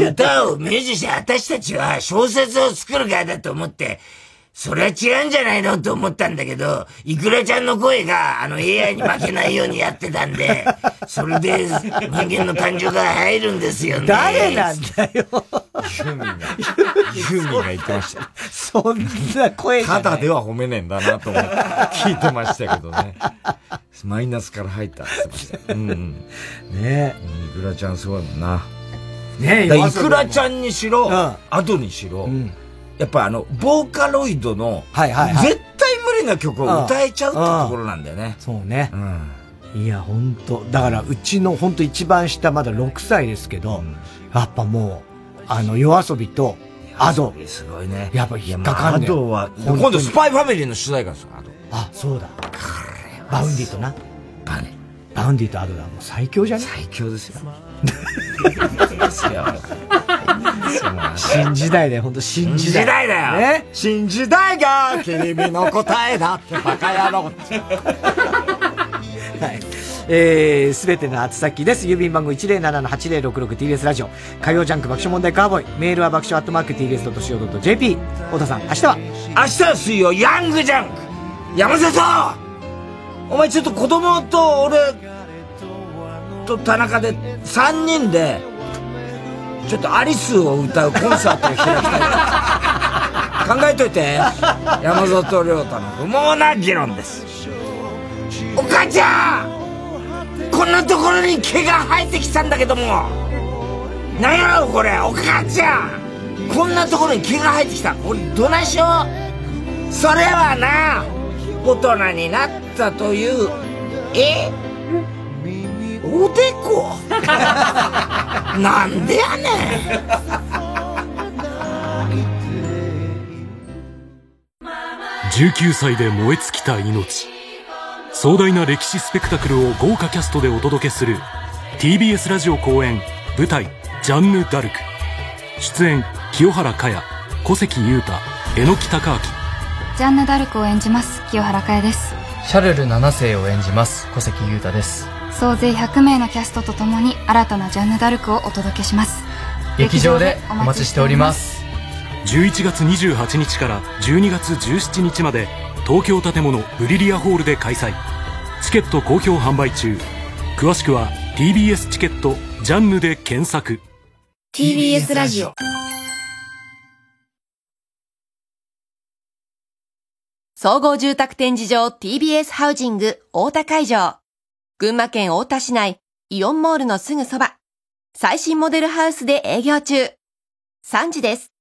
歌をミュージシャン、私たちは小説を作る側だと思って、それは違うんじゃないのと思ったんだけど、いくらちゃんの声があの エーアイ に負けないようにやってたんで、それで人間の感情が入るんですよね。 誰なんだよ。ユーミンが、ユーミンが言ってました。 そんな声じゃない。 ただでは褒めねえんだなと思って聞いてましたけどね。マイナスから入ったって言ってました。うんうん。 ねえ。 いくらちゃんすごいもんな。 ねえ。いくらちゃんにしろ、後にしろ、やっぱあの、ボーカロイドの、 はいはいはい、 絶対無理な曲を歌えちゃうってところなんだよね。 そうね。うん、いや、ほんと。だから、うちのほんと一番下、まだろくさいですけど、うん、やっぱもう、あの、夜遊びと、アド。 すごいね。 やっぱ引っかかんね。 アドは、今度スパイファミリーの主題歌ですよ、アド。 あ、そうだ。バウンディとな。 バネ。 バウンディとアドだ。もう最強じゃね？ 最強ですよ。ですよ。 新時代だよ、ほんと新時代。 時代だよ。 ね、 新時代が君の答えだってバカ野郎。はい。 えー、すべての宛先です。郵便番号 いちゼロななのはちゼロろくろく ティービーエス ラジオ。火曜ジャンク爆笑問題カーボーイ。メールは爆笑アットマーク ティービーエスドットシーオードットジェーピー。太田さん、明日は明日は水曜、ヤングジャンク山里お前ちょっと子供と俺と田中でさんにんでちょっとアリスを歌うコンサートを開きたい考えといて山里亮太の不毛な議論です。お母ちゃんこんなところに毛が生えてきたんだけども何やろこれお母ちゃんこんなところに毛が生えてきたこれどないしようそれはな大人になったというえおでこなんでやねんじゅうきゅうさいで燃え尽きた命壮大な歴史スペクタクルを豪華キャストでお届けする ティービーエス ラジオ公演舞台ジャンヌ・ダルク出演清原果耶小関裕太榎木孝明ジャンヌ・ダルクを演じます清原果耶です。 シャルルななせいを演じます小関裕太です。 総勢ひゃくめいのキャストとともに新たなジャンヌ・ダルクをお届けします。 劇場でお待ちしております。 じゅういちがつにじゅうはちにちからじゅうにがつじゅうしちにちまで東京建物ブリリアホールで開催。チケット好評販売中。詳しくは ティービーエス チケットジャンヌで検索。 ティービーエス ラジオ総合住宅展示場 ティービーエス ハウジング大田会場。群馬県太田市内イオンモールのすぐそば。最新モデルハウスで営業中。さんじです。